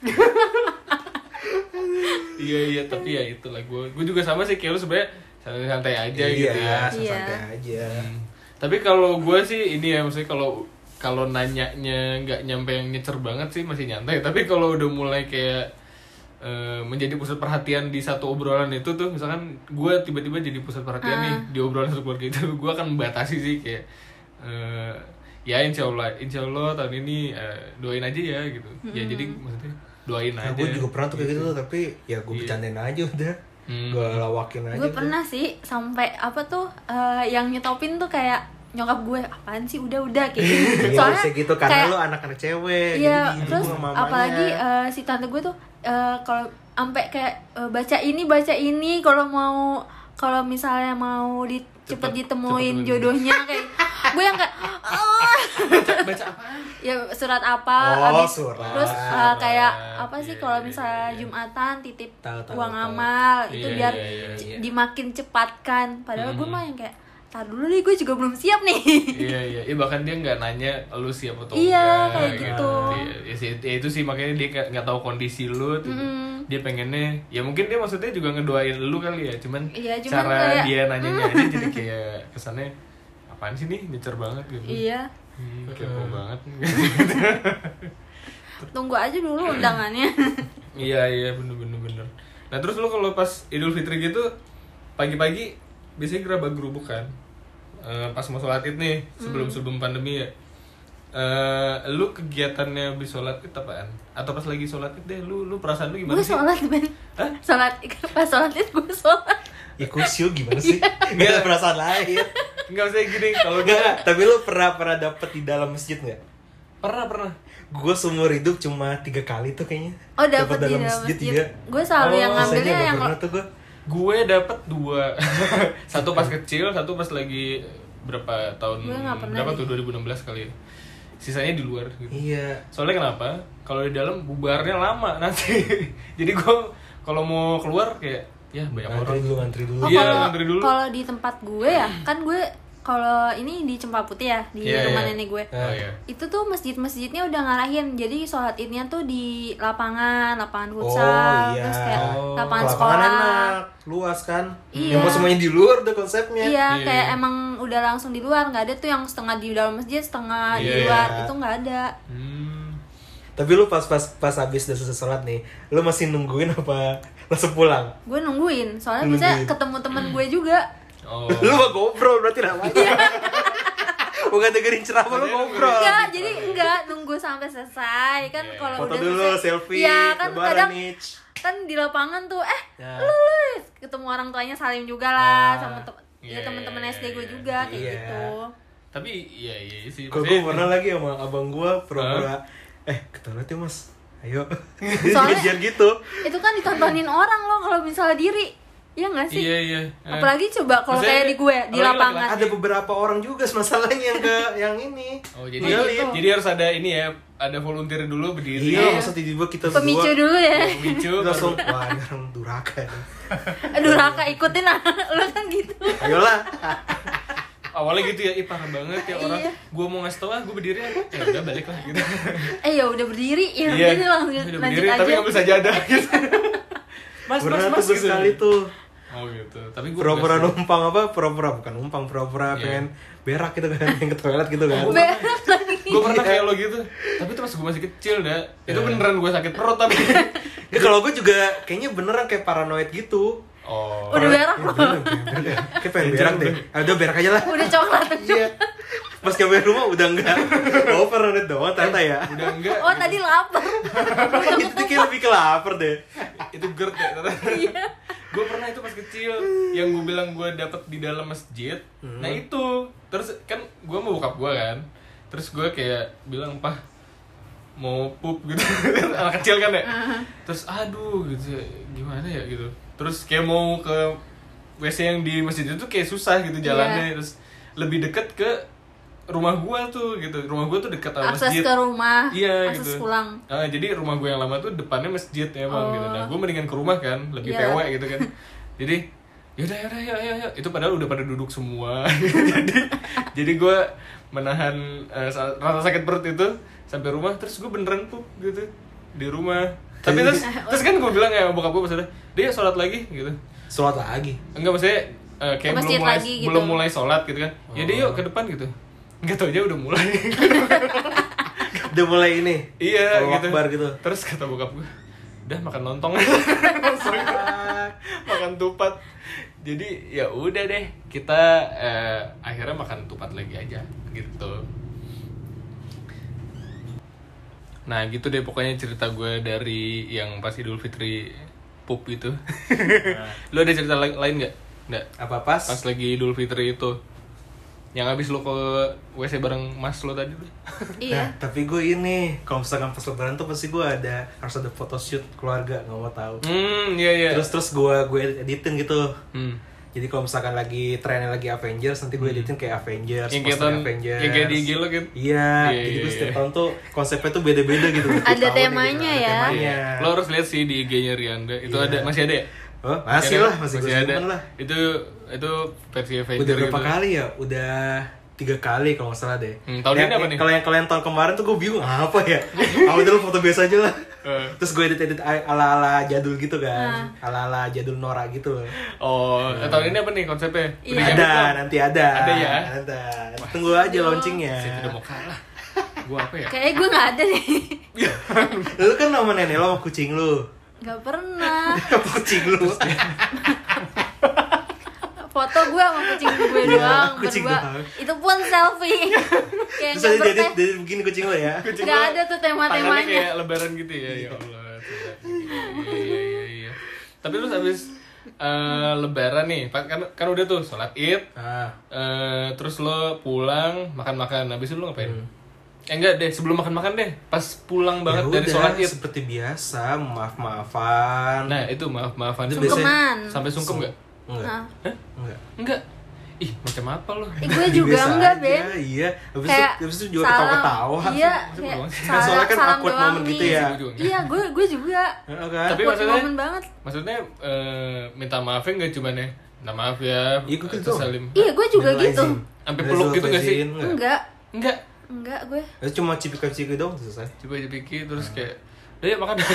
Iya iya tapi ya itulah gue gue juga sama sih kayak lu sebenarnya santai-santai aja Iya, gitu ya. Iya. santai aja. Hmm. Tapi kalau gue sih ini ya maksudnya kalau kalau nanyanya nggak nyampe yang nyecer banget sih masih nyantai. Tapi kalau udah mulai kayak eh, menjadi pusat perhatian di satu obrolan itu tuh misalkan gue tiba-tiba jadi pusat perhatian Ah. nih di obrolan satu keluarga itu, gue akan membatasi sih kayak eh, ya insya Allah insya Allah tahun ini eh, doain aja ya gitu. Ya jadi maksudnya doain Nah, aja. gue juga pernah tuh kayak gitu, tapi ya gue Iya. bercandain aja udah. Hmm. Gue lawakin aja. Gue tuh. pernah sih sampai apa tuh eh, yang nyetopin tuh kayak nyokap gue apaan sih udah-udah kayak gitu. Iya, Soalnya bisa gitu karena kayak, lu anak-anak cewek. iya, jadi terus sama mamanya. apalagi uh, si tante gue tuh uh, kalau sampai kayak uh, baca ini baca ini kalau mau kalau misalnya mau di cepet, Cepet, ditemuin cepet jodohnya kayak gue yang kayak oh. baca, baca apa? Ya surat apa Oh, abis surat. terus uh, kayak apa sih Iya, kalau iya, misalnya iya. Jumatan titip Tahu, tahu, uang tahu. amal itu Iya, biar iya, iya, c- iya. dimakin cepatkan padahal gue Mhm. mah yang kayak tar dulu nih gue juga belum siap nih. Iya iya, iya bahkan dia nggak nanya lu siap atau Iya, enggak kayak gitu. Iya, ya, sih, ya itu sih makanya dia nggak nggak tahu kondisi lu tuh. Mm-mm. Dia pengennya ya mungkin dia maksudnya juga ngedoain lu kali ya, cuman, Iya, cuman cara kayak- dia nanyanya aja jadi kayak kesannya apaan sih nih nyecer banget gitu. Iya, Hmm, kepo banget. tunggu aja dulu undangannya. Iya iya bener bener bener. Nah terus lu kalau pas Idul Fitri gitu pagi-pagi biasanya gerabah gerubuk kan? Eh, pas mau sholat id nih sebelum sebelum pandemi ya. Eh, lu kegiatannya habis sholat id apaan? Atau pas lagi sholat id deh, lu lu perasaan lu gimana Gue sih? sholat Ben, Hah? sholat pas sholat itu gue sholat. Ya kusyu gimana sih? Iya. Gak ada perasaan lain. Enggak usah gini kalau Enggak, gue tapi lu pernah pernah dapet di dalam masjid nggak? pernah pernah. Gue seumur hidup cuma tiga kali tuh kayaknya. Oh dapat Dapet di dalam masjid. iya. Gue selalu Oh, yang ngambilnya Biasanya yang nggak pernah tuh gue. Gue dapet dua. Satu pas kecil, satu pas lagi berapa tahun Gue nggak pernah berapa deh. tuh dua ribu enam belas kali ya. Sisanya di luar gitu. Iya. Soalnya kenapa? Kalau di dalam bubarnya lama nanti. Jadi gue kalau mau keluar kayak ya banyak Ngantri orang. dulu, ngantri dulu. Oh, Iya, kalau ngantri dulu. kalau di tempat gue ya, kan gue kalau ini di Cempaka Putih ya, di Iya, rumah iya. nenek gue. Oh iya. Itu tuh masjid-masjidnya udah ngarahin. Jadi sholat idnya tuh di lapangan, lapangan Oh futsal, iya. terus kayak Oh. lapangan Lapangan sekolah. enak, luas kan. Iya. Yang mau semuanya di luar udah konsepnya. Iya, Iya, kayak iya. emang udah langsung di luar, nggak ada tuh yang setengah di dalam masjid, setengah Iya, di luar. iya. Itu nggak ada. Hmm. Tapi lu pas pas pas habis udah selesai sholat nih, lu masih nungguin apa langsung pulang? Gue nungguin, soalnya Nungguin. biasanya ketemu temen gue juga. Oh. Lu mah ngobrol berarti namanya. Bukan dengerin ceramah lu ngobrol. Enggak, jadi enggak nunggu sampai selesai kan Iya, kalau Foto udah dulu, selesai. selfie, Iya, kan lebaran kadang nih. kan di lapangan tuh eh Ya. lu lu ketemu orang tuanya salim juga lah Ah, sama tem- iya, ya teman-teman iya, S D gue iya. juga kayak Iya. gitu. Tapi iya iya sih. Kalau gue Maksudnya- pernah lagi sama abang gue pura-pura, eh ke toilet ya mas, ayo. Soalnya- Jangan gitu. Itu kan ditontonin orang loh kalau misalnya diri. Iya enggak sih? Iya iya. Eh. Apalagi coba kalau Maksudnya- kayak di gue di apalagi lapangan. Ada beberapa orang juga masalahnya yang ke yang ini. Oh jadi Oh, Iya, gitu. jadi harus ada ini ya, ada volunteer dulu berdiri. Iya, masa tiba-tiba kita Pemicu berdua dulu ya. Pemicu langsung baru- wah ini orang duraka nih. Aduh Raka ikutin lah. Lu kan gitu. Ayolah. Awalnya gitu ya, ih parah banget ya orang. Iya. Gue mau ngasih tau ah, gue berdiri ya udah balik lah gitu. Eh ya udah berdiri ya Iya. udah langsung Udah lanjut berdiri aja. tapi ngambil sajadah gitu. Mas Pernah mas mas tuh gitu. sekali tuh. Oh gitu. Tapi gue Pura-pura numpang apa? Pura-pura bukan numpang, pura-pura Iya. pengen berak gitu kan, yang ke toilet gitu kan. Berak lagi. Gue pernah kayak lo gitu. Tapi itu pas gue masih kecil dah. Itu Iya. beneran gue sakit perut tapi. Ya kalau gue juga kayaknya beneran kayak paranoid gitu. Oh. Udah berak Ya, loh. bener, bener, bener. Kayak pengen berak deh. Ah, udah berak aja lah. Udah coklat. Iya. Pas nyampe rumah udah enggak. Oh, paranoid doang ternyata ya. Udah enggak. Oh tadi lapar. Itu kayak lebih ke lapar deh. Itu GERD ya ternyata. Iya. Gue pernah itu pas kecil yang gue bilang gue dapet di dalam masjid. Hmm. Nah itu terus kan gue mau bokap gue kan. Terus gue kayak bilang pah mau pup gitu. Anak kecil kan ya. Terus aduh gitu gimana ya gitu. Terus kayak mau ke W C yang di masjid itu kayak susah gitu jalannya. Iya. Terus lebih deket ke rumah gue tuh gitu. Rumah gue tuh dekat sama Akses masjid. ke rumah. Iya Akses gitu. pulang. Ah, jadi rumah gue yang lama tuh depannya masjid emang Oh. gitu. Nah, gue mendingan ke rumah kan, lebih Iya. P W gitu kan. Jadi, yaudah yaudah yuk yuk yuk. Itu padahal udah pada duduk semua. jadi jadi gue menahan eh, sa- rasa sakit perut itu sampai rumah terus gue beneran pup gitu di rumah. Tapi terus terus kan gue bilang ya bokap gue maksudnya, "Dia sholat lagi." gitu. Sholat lagi. Enggak maksudnya eh, kayak Ke masjid belum mulai lagi gitu. belum mulai sholat gitu kan. Ya dia yuk ke depan gitu. Enggak tahu aja udah mulai. Udah mulai ini. Iya Allahu gitu. Akbar gitu. Terus kata bokap gue, udah makan lontong langsung makan tupat. Jadi ya udah deh kita eh, akhirnya makan tupat lagi aja gitu. Nah gitu deh pokoknya cerita gue dari yang pas Idul Fitri pup itu. Lo ada cerita la- lain nggak? Nggak. Apa pas? Pas lagi Idul Fitri itu. Yang habis lo ke W C bareng mas lo tadi tuh. Iya. Nah, tapi gue ini kalau misalkan pas lebaran tuh pasti gue ada harus ada photoshoot keluarga, nggak mau tahu. Hmm, iya iya. Terus terus gue gue editin gitu. Hmm. Jadi kalau misalkan lagi trennya lagi Avengers, nanti gue editin kayak Avengers, Yang poster kayak Avengers. yang kayak di I G lo kan. Iya, Iya, jadi iya, gue setiap iya. tahun tuh konsepnya tuh beda-beda gitu. Tiap Ada tahun temanya gitu, ya. Ada temanya. Lo harus lihat sih di I G-nya Rianda. Itu Iya. ada masih ada ya? Oh, masih lah, masih, gue simpen lah. Itu itu versi Avengers. Udah berapa gitu. kali ya? Udah tiga kali kalau nggak salah deh. Hmm, tahun Ya, ini apa nih? Kalau yang kalian tahun kemarin tuh gue bingung apa ya. Awalnya dulu foto biasa aja lah. Eh. Terus gue edit-edit ala-ala jadul gitu kan. Ala-ala jadul Nora gitu. Oh, eh, tahun ini apa nih konsepnya? Iya. nyampe Ada, belum? nanti ada. Ada ya? Ada. Tunggu aja launchingnya. Saya tidak mau kalah. Gua apa ya? Kayaknya gue nggak ada nih. Lu kan nama nenek lo sama kucing lu. Nggak pernah. Kucing lu. Foto gue sama kucing gue Iya, doang kucing berdua. doang. Itu pun selfie. Kayak Terus ada nggak edit berteh. edit begini kucing lo ya. Kucing Nggak lo ada tuh tangannya tema-temanya. kayak lebaran gitu ya. Ya Allah. Iya iya iya iya. Tapi lu habis eh, lebaran nih, kan kan udah tuh sholat Id. Ah. eh, terus lo pulang makan-makan. Habis itu lo ngapain? Hmm. Eh enggak deh, sebelum makan-makan deh. Pas pulang banget Ya dari udah, sholat Id. seperti biasa, maaf-maafan. Nah, itu maaf-maafan. Itu Sungkem. Sungkeman. Sampai sungkem enggak? Enggak. Nah. Hah? Enggak. Enggak. Ih, macam apa lo? Eh, gue juga Biasa enggak, aja, Ben. Iya. Habis Kayak itu habis itu juga salam. ketawa-ketawa. Iya, Masa kayak belum? Kan soalnya kan salam awkward doang moment nih. gitu ya. Iya, gue gue juga. Heeh kan? Tapi Awkward maksudnya- moment banget. Maksudnya eh, minta maafnya enggak cuma nih, minta maaf ya. Iya, gue gitu. terus salim. Iya, gue juga gitu. Sampai peluk gitu nggak sih? Enggak. Enggak, Enggak. enggak gue. Itu cuma cipika-cipiki doang selesai. Coba dipikir terus kayak, "Udah ya makan."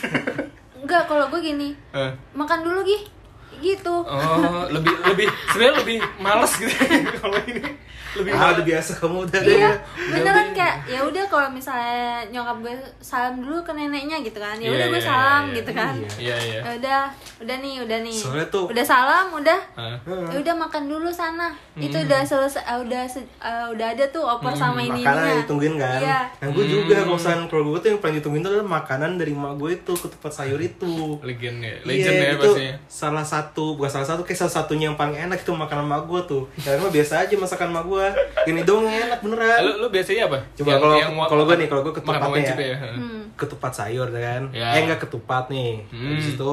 Enggak, kalau gue gini. Eh, Makan dulu, Gi. Gitu. Oh, lebih lebih sebenarnya lebih malas gitu kalau ini. Lebih Ah, malas. udah biasa kamu udah Iya, deh. beneran kayak ya udah kalau misalnya nyokap gue salam dulu ke neneknya gitu kan. Ya Iya, udah gue iya, salam iya, gitu kan. iya. Iya, iya. Ya udah, udah nih, udah nih. Soalnya tuh- udah salam, udah. Hah? Ya udah makan dulu sana. Itu udah selesai, ah, udah se- ah, udah ada tuh opor sama ini Makanan ditungguin kan. Iya. Nah, gue juga kalau misalkan kalau gue tuh yang paling ditungguin tuh adalah makanan dari emak gue itu, ketupat sayur itu. Legend ya. Legend Iya, ya itu pastinya. salah satu, bukan salah satu, kayak salah satunya yang paling enak itu makanan emak gue tuh. Karena mah biasa aja masakan emak gue. Ini doang yang enak beneran. Lu lu biasanya apa? Coba Yang- kalau yang wa- kalau gue nih, kalau gue makan ketupatnya wajib ya. ya. Hmm. Ketupat sayur kan. Ya. Eh enggak ketupat nih. Hmm. Habis itu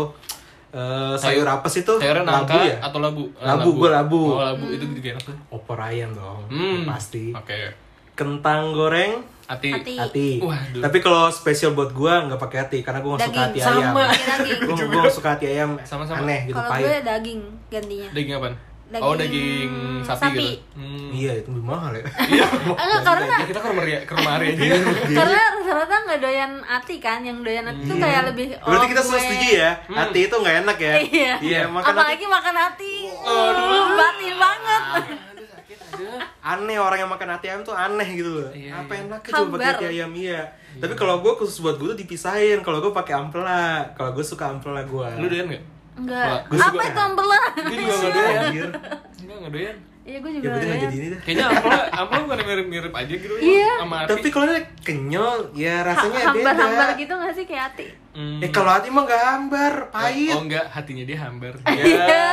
eh, sayur apa sih tuh? Sayurnya nangka Labu ya? atau labu? Eh, Labu, gua labu. Oh, labu itu juga enak tuh. Opor ayam dong. Hmm. Pasti. Oke. Kentang goreng Hati. Hati. hati. Waduh. Tapi kalau spesial buat gua nggak pakai hati karena gua nggak suka hati Daging. ayam. Sama. Pakai daging. Gua gua nggak suka hati ayam. Sama-sama. Aneh gitu Kalau gue pahit. daging gantinya. Daging apa? Daging Oh, daging sapi, sapi. gitu. Hmm. Iya, itu lebih mahal ya. Iya. Enggak, karena Ya, kita ke rumah Ria, ke rumah Ria aja. Iya. karena rata-rata nggak doyan hati kan, yang doyan hati tuh kayak lebih Iya. Berarti oh, kita semua gue- setuju ya. Hmm. Hati itu nggak enak ya. Iya. Iya, makan hati. Apalagi makan hati. Aduh. Batin banget. Aduh, sakit aduh. Aneh orang yang makan hati ayam tuh aneh gitu loh. Iya, Apa iya. enaknya coba pakai Hambar. hati ayam iya. Tapi kalau gua khusus buat gua tuh dipisahin. Kalau gua pakai ampela. Kalau gua suka ampela gua. Lu doyan enggak? Enggak. Gua suka Apa ya. itu ambelan? Gue juga enggak doyan. Anjir. Enggak, enggak doyan. Iya, gue Ya juga berarti nggak nggak doyan. jadi ini dah. Kayaknya ampela, ampela bukan mirip-mirip aja gitu Iya. sama hati. Tapi kalau ini kenyal, ya rasanya Ha- beda. hambar-hambar gitu nggak sih kayak hati? Hmm. Eh kalau hati mah nggak hambar, pahit. Oh enggak, hatinya dia hambar. Iya.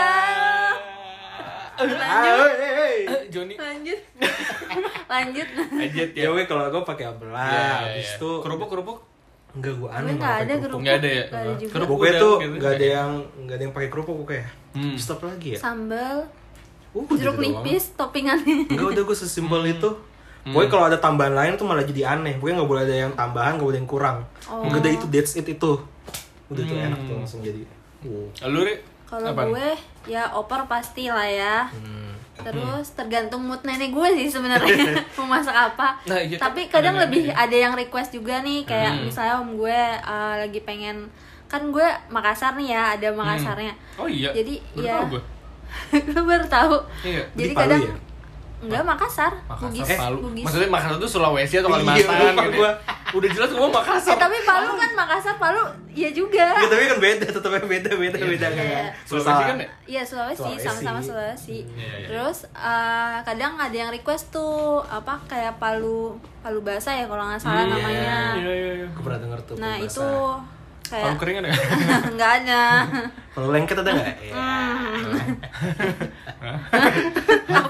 Ah, hei, hei. Eh, Joni Lanjut. Lanjut. aja Ya ya. weh kalau gue pakai ampela, Iya, habis iya. itu kerupuk kerupuk. enggak gue Gue aneh nggak malah ada pakai kerupuk. Nggak ada ya? Nggak ada juga. Kerupuk. Pokoknya udah, tuh gitu. nggak ada yang nggak ada yang pakai kerupuk pokoknya. Hmm. Stop lagi ya. Sambal, Uh, jeruk gitu doang. nipis, toppingannya. Enggak udah gue sesimpel Hmm. itu. Pokoknya kalau ada tambahan lain tuh malah jadi aneh. Pokoknya nggak boleh ada yang tambahan, nggak boleh yang kurang. Oh. Udah deh itu that's it itu. Udah tuh Hmm. enak tuh langsung jadi. Uh. Lu Ri? Kalau Apaan? gue ya opor pasti lah ya. Hmm. Terus tergantung mood nenek gue sih sebenarnya mau masak apa. Nah, iya, Tapi kan kadang ada lebih nenek ya. ada yang request juga nih kayak Hmm. misalnya om gue uh, lagi pengen, kan gue Makassar nih ya, ada Makassarnya. Oh iya. Jadi Baru ya tahu gua. lu baru tahu. Iya. Jadi Di Palu kadang ya? enggak Makassar, Makassar, Bugis, Palu. Bugis. Maksudnya Makassar itu Sulawesi atau Iya, Kalimantan lupa gitu. gua. Ya? Udah jelas gua Makassar. Eh, tapi Palu kan Makassar, Palu iya juga. Ya, tapi kan beda, tetapnya beda, beda, Iya, beda iya. kan. Sulawesi Salah. kan ya? Iya Sulawesi, Sulawesi. sama-sama Sulawesi. Iya, iya. Terus uh, kadang ada yang request tuh apa kayak palu palu basah ya kalau nggak salah Hmm, namanya. Iya iya iya. Aku pernah denger tuh. Nah bahasa. itu Palu kayak keringan ya? nggak ada. Kalau lengket ada nggak? Iya. Hmm. Apa sih?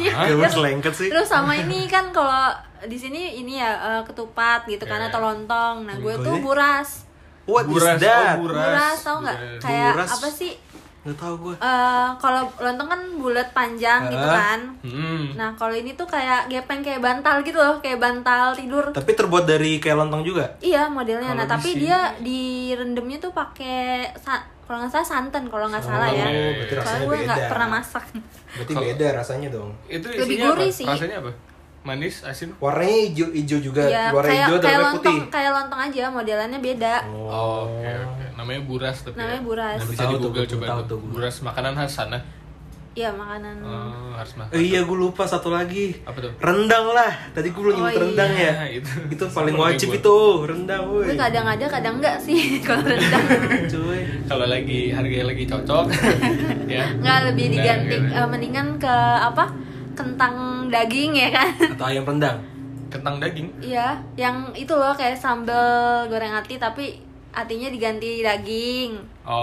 Hah? Gak berselengket sih. Terus sama ini kan kalau di sini ini ya eh, ketupat gitu kan Yeah. atau lontong. Nah, gue Kalau tuh ini? buras. What Buras, is that? oh, buras. Buras tau nggak? Buras. Kayak Buras. apa sih? Nggak tahu gue. Eh kalau lontong kan bulat panjang gitu Ah. kan. Hmm. Nah, kalau ini tuh kayak gepeng kayak bantal gitu loh, kayak bantal tidur. Tapi terbuat dari kayak lontong juga. Iya modelnya. Nah Kalau di tapi sini- dia direndamnya tuh pakai sa- kalau nggak salah santan kalau nggak salah ya. iya, iya. berarti Soalnya rasanya gue nggak beda. pernah masak. Berarti Kalau- beda rasanya dong. Itu Lebih isinya gurih apa? sih. Rasanya apa? Manis, asin? Warnanya hijau, hijau juga. Iya Warna kayak hijau kayak dalamnya lontong putih. kayak lontong aja modelannya beda. Oh, oke oke. Namanya buras tapi. Namanya ya. buras. Nah, bisa Tahu di tuh, Google gua coba tahu tuh. tuh gua. Buras makanan khas sana. Iya makanan. Oh, harus makan. Eh, iya gue lupa satu lagi. Apa tuh? Rendang lah. Tadi gue belum Oh, nyebut iya. rendang ya. Nah, itu. Itu paling Sama wajib kayak itu rendang, woi. Gue kadang ada kadang enggak sih kalau rendang. Cuy. Kalau lagi harganya lagi cocok, ya. Nggak lebih Nggak, diganti nggak. eh, mendingan ke apa? Kentang daging ya kan. Atau ayam rendang. Kentang daging. Iya, yang itu loh kayak sambal goreng ati tapi atinya diganti daging.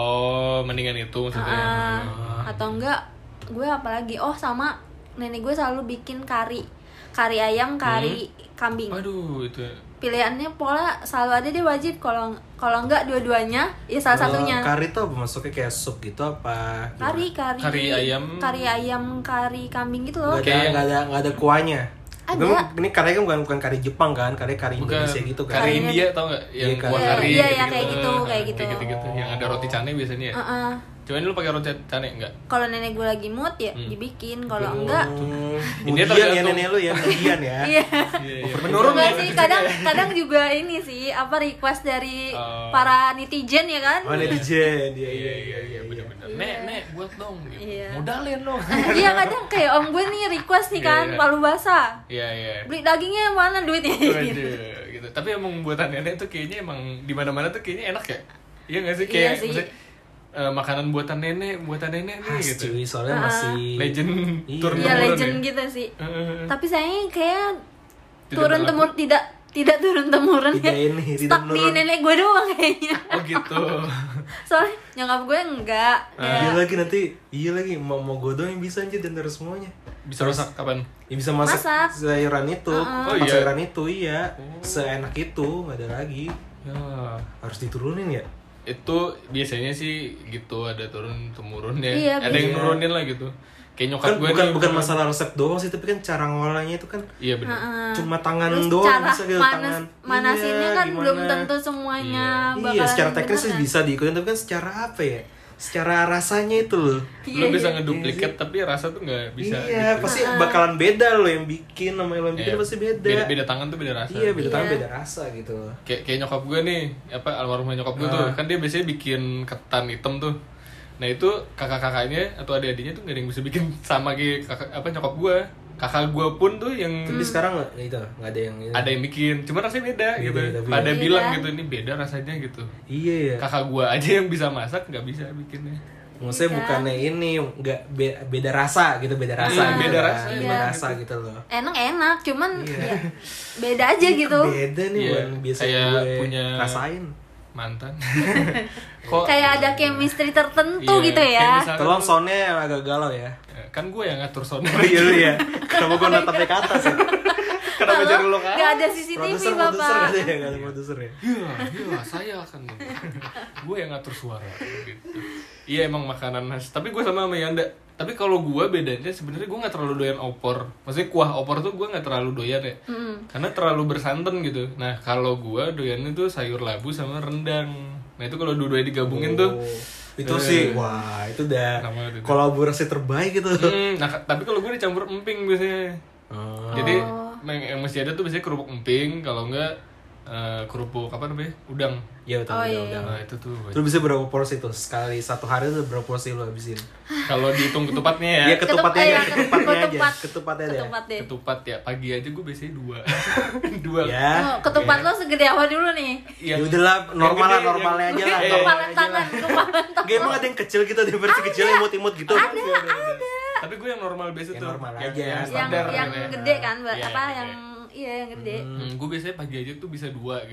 Oh, mendingan itu maksudnya. Ah, atau enggak gue apalagi oh sama nenek gue selalu bikin kari kari ayam kari kambing Aduh, itu. pilihannya pola selalu ada deh wajib kalau kalau enggak dua-duanya ya salah Kalau satunya Kari tuh apa masuknya kayak sup gitu apa? Gimana? kari kari Kari ayam. kari ayam kari kambing gitu loh Nggak ada, Kayak- nggak ada, nggak ada kuahnya. Ada. Memang ini kari kan bukan bukan kari Jepang kan, kari kari Bukan Indonesia gitu kan. kari Karinya- India tau nggak? Yang Iya, kuah kari. kari. Iya, iya, kayak gitu, Ah, kayak gitu. Kayak gitu-gitu. Yang ada roti cane biasanya ya. Heeh. Cuman lu pakai roti cane enggak? Kalau nenek gue lagi mood ya Hmm. dibikin kalau enggak Hmm, Ini Mudian ya tergantung. nenek lu ya, Mudian ya. iya Iya, iya. Menurun enggak ya. sih kadang kadang juga ini sih apa request dari Oh. para netizen ya kan Oh netizen, iya Iya, iya, iya, benar-benar. Nek, nek, buat dong. Gitu. Iya. Modalin dong. Iya kadang kayak om gue nih request nih kan Iya, iya. palu basah Iya, iya. beli dagingnya yang mana duitnya gitu. Waduh, gitu. Tapi emang buatan nenek tuh kayaknya emang di mana-mana tuh kayaknya enak ya. Iya nggak sih Iya kayak sih. maksudnya, eh, makanan buatan nenek, buatan nenek nih Khas gitu. cuy, soalnya Ah. masih Legend Iya. turun Iya temurun legend ya. gitu sih Eh, tapi sayangnya kayak Tidak turun berlaku. temur tidak tidak turun temurun Tidak ya ini, tidak stuck di menurun. nenek gue doang kayaknya Oh gitu. soalnya nyokap gue enggak Ah. Iya kayak lagi nanti, iya lagi mau mau godong yang bisa aja dan harus semuanya. Bisa masak kapan? Ya bisa masak, Masak. sayuran itu, Oh, Masak iya. sayuran itu iya, Oh. seenak itu nggak ada lagi. Ya, Harus diturunin ya. itu biasanya sih gitu ada turun temurun ya. Iya, ada yang bisa. nurunin lah gitu. Kayak nyokap Kan gue bukan nih, bukan masalah resep doang sih, tapi kan cara ngolahnya itu kan Iya benar. Heeh. cuma tangan Terus doang cara bisa gitu manas, tangan. manasinnya Iya, kan gimana? belum tentu semuanya Iya, bakalan secara teknis bener sih kan? bisa diikutin, tapi kan secara apa ya? Secara rasanya itu loh. Iya, Lu bisa iya. ngeduplikat tapi rasa tuh nggak bisa. iya, gitu. pasti bakalan beda loh yang bikin sama yang bikin Iya. pasti beda. Beda, beda tangan tuh beda rasa. Iya, beda tangan Iya. beda rasa gitu loh. Kayak kayak nyokap gue nih, apa almarhumnya nyokap gue tuh, Ah. kan dia biasanya bikin ketan hitam tuh. Nah itu kakak-kakaknya atau adik-adiknya tuh gak ada yang bisa bikin sama kayak kakak apa nyokap gue. Kakak gue pun tuh yang Tapi sekarang nggak itu nggak ada yang ini. ada yang bikin, cuma rasanya beda, Beda, gitu. beda, beda. Pada Iya. bilang gitu ini beda rasanya gitu. Iya ya. Kakak gue aja yang bisa masak nggak bisa bikinnya. Maksudnya Iya. bukannya ini nggak be- beda rasa gitu, beda rasa. Iya, gitu beda kan. rasa, beda iya. rasa gitu loh. enak enak cuman Iya. ya, beda aja gitu Beda nih Iya, yang biasa kayak gue punya- rasain. Mantan. Kok kayak ada chemistry tertentu Iya, gitu kayak ya misalkan Tolong lu- soundnya yang agak galau ya. kan gue yang ngatur sound. Oh iya lu ya. Kenapa gue natapnya ke atas ya? Kenapa Halo? jadi lo kan? Gak ada C C T V Produser, produser bapak nggak ada ya, nggak ada produser ya. Iya, iya, saya akan. Gue yang ngatur suara gitu. Iya emang makanan khas. Tapi gue sama sama Yanda. Tapi kalau gue bedanya sebenarnya gue nggak terlalu doyan opor. Maksudnya kuah opor tuh gue nggak terlalu doyan ya. Mm. Karena terlalu bersantan gitu. Nah kalau gue doyannya tuh sayur labu sama rendang. Nah itu kalau dua-duanya digabungin tuh. Oh, itu Eh. sih, wah itu udah Nama itu. kolaborasi terbaik gitu. Hmm, nah ka- tapi kalau gue dicampur emping biasanya. Oh. Jadi Oh. yang, yang mesti ada tuh biasanya kerupuk emping. Kalau enggak eh, kerupuk apa namanya? Udang. Iya betul, Oh, udah, iya. udah. Nah itu tuh. Lu bisa berapa porsi tuh? Sekali satu hari tuh berapa porsi lu habisin? Kalau dihitung ketupatnya ya. Iya ketupatnya Ketup- aja, eh, ketupatnya aja, ketupat. ketupatnya aja. ketupat deh Ketupat ya pagi aja gue biasanya dua. dua. Ya. Oh, ketupat lo segede apa dulu nih Ya udahlah, normal lah, gede, normalnya yang- aja lah. Eh, normalnya kepalan aja tangan lah. kepalan tangan Gak emang ada yang kecil gitu, ada versi kecil imut-imut gitu. ada ada Tapi gue yang normal biasa Yang tuh. normal yang, aja. yang yang standar yang gitu ya. gede kan Iya, apa iya. yang iya yang gede Hmm, gue biasanya pagi aja tuh bisa dua gitu.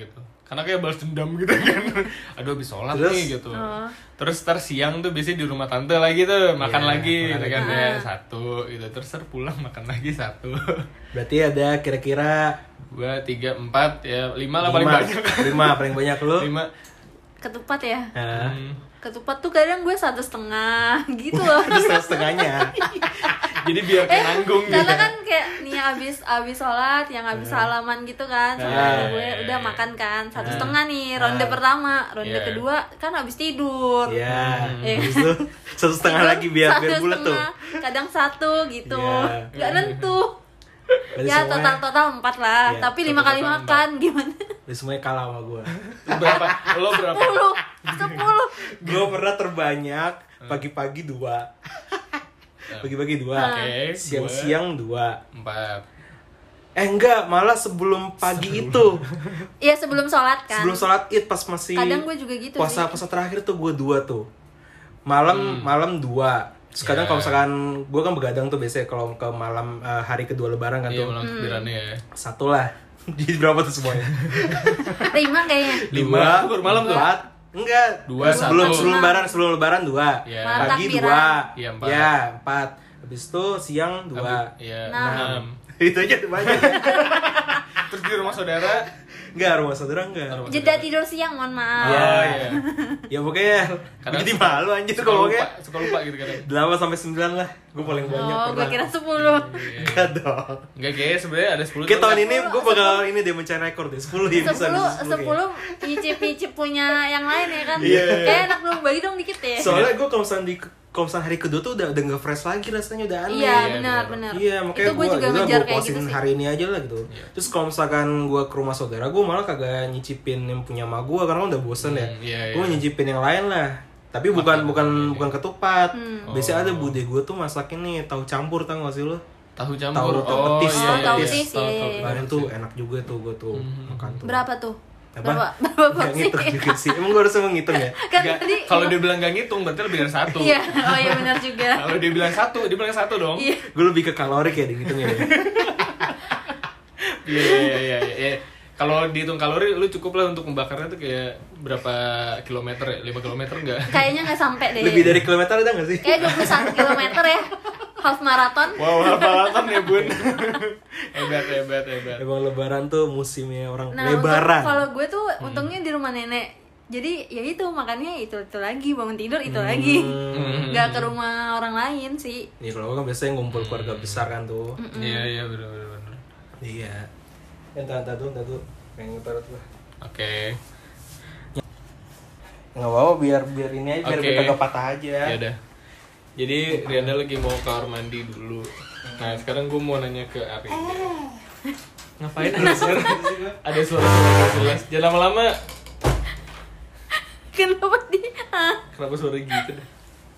karena kayak balas dendam gitu kan. Aduh habis sholat Terus? nih gitu. Oh. Terus ntar siang tuh biasanya di rumah tante lagi tuh makan Iya, lagi makan gitu kan lagi. ya satu gitu. Terus ntar pulang makan lagi satu. Berarti ada kira-kira Gua tiga empat ya lima lah paling lima. banyak. Lima paling banyak lu. Lima. Ketupat ya. Nah, Hmm. Ketupat tuh kadang gue satu setengah gitu loh. terus setengahnya. Jadi biar eh, kayak nanggung gitu. karena kan kayak nih abis abis sholat yang abis salaman gitu kan sama Ah. gue udah makan kan satu Ah. setengah nih ronde Ah. pertama ronde Yeah. kedua kan abis tidur. Iya. Iya. Habis itu satu setengah Tidur lagi biar satu biar bulat tuh. setengah, kadang satu gitu Iya. nggak nentu. Berarti Ya semuanya- total total empat lah Iya, tapi lima kali total-total makan gimana? Berarti semuanya kalah sama gua. Berapa? Lo berapa? Sepuluh sepuluh. Gua pernah terbanyak pagi-pagi dua. Pagi-pagi dua. Oke, Siang-siang dua. Empat. Eh enggak, malah sebelum pagi itu. Iya sebelum sholat kan. Sebelum sholat Id pas masih Kadang gue juga gitu puasa sih. puasa terakhir tuh gue dua tuh. Malam malam dua. Terus kadang Ya. kalau misalkan gue kan begadang tuh biasanya kalau ke malam eh, hari kedua lebaran kan Iya tuh. malam takbirannya ya. Satu lah. Jadi berapa tuh semuanya? Lima kayaknya. Lima. Itu baru malam tuh? empat. Enggak. Dua, sebelum satu. sebelum lebaran sebelum lebaran dua. Ya. Malam Pagi takbiran. dua. Iya, empat. Ya enpat. Habis itu siang dua. Iya. Enam. Enam. Itu aja tuh banyak. Terus di rumah saudara. Enggak, rumah saudara enggak. Rumah Jeda tidur siang mohon maaf. Oh Iya. iya. Ya pokoknya Kadang jadi suka- malu anjir Suka kalau lupa, pokoknya suka lupa gitu kadang. delapan sampai sembilan lah. Gue paling banyak Oh, gue pernah. kira sepuluh. Enggak dong. Enggak kayaknya sebenarnya ada sepuluh. Kayak tahun ini Sepuluh, gue bakal ini deh mencari rekor deh sepuluh ya bisa Sepuluh, bisa sepuluh sepuluh nyicip-nyicip punya yang lain ya kan? Iya. Kayak enak dong, bagi dong dikit ya. soalnya gue kalau misalnya di kalau misalnya hari kedua tuh udah udah nggak fresh lagi rasanya udah aneh. Iya, Iya, benar, benar. benar. Iya, makanya Itu gue gue juga udah ngejar gue kayak posting gitu sih. hari ini aja lah gitu. Iya. Terus kalau misalkan gue ke rumah saudara, gue malah kagak nyicipin yang punya emak gue karena udah bosen ya. Hmm, iya, Gue iya. nyicipin yang lain lah. Tapi bukan Makan, bukan iya. bukan ketupat. Hmm. Biasanya ada Oh. bude gue tuh masakin nih tahu campur tau gak sih lo? Tahu campur. Tahu- tahu petis, iya, tahu iya, petis. iya. Tahu petis, iya. Kemarin tuh enak juga tuh gue tuh Hmm. makan tuh. Berapa tuh? Apa? Berapa? Berapa Nggak porsi? ngitung juga sih. Emang gue harus emang ngitung ya? Kan Nggak, tadi kalau dia bilang gak ngitung berarti lebih dari satu. Iya, oh iya benar juga. Kalau dia bilang satu, dia bilang satu dong. Iya. Gue lebih ke kalori kayak ngitungnya ya. Iya iya iya iya. Kalau dihitung kalori lu cukup lah untuk membakarnya tuh kayak berapa kilometer ya? lima kilometer enggak? Kayaknya nggak sampai deh. Lebih dari kilometer ada gak sih? Kayak dua puluh satu kilometer ya. Half marathon. Wow, hafalkan ya bun. hebat hebat hebat. Emang lebaran tuh musimnya orang Nah, untuk- lebaran. kalau gue tuh untungnya di rumah nenek. Jadi ya itu makannya itu itu lagi, bangun tidur itu lagi. Hmm. Nggak ke rumah orang lain sih. Nih kalau gua kan biasanya ngumpul keluarga besar kan tuh. Iya iya benar benar benar. Iya. Entar entar tuh, entar tuh. Pengen taruh tuh. Oke. Nggak apa-apa biar biar ini aja biar Oke. kita kagak patah aja. Ya udah. Jadi Rianda lagi mau ke kamar mandi dulu. Nah sekarang gue mau nanya ke Ari. Ngapain ada suara? Ada suara-suara nggak jelas. Jangan lama-lama. Kenapa di? Ah. Kenapa suara gitu? deh?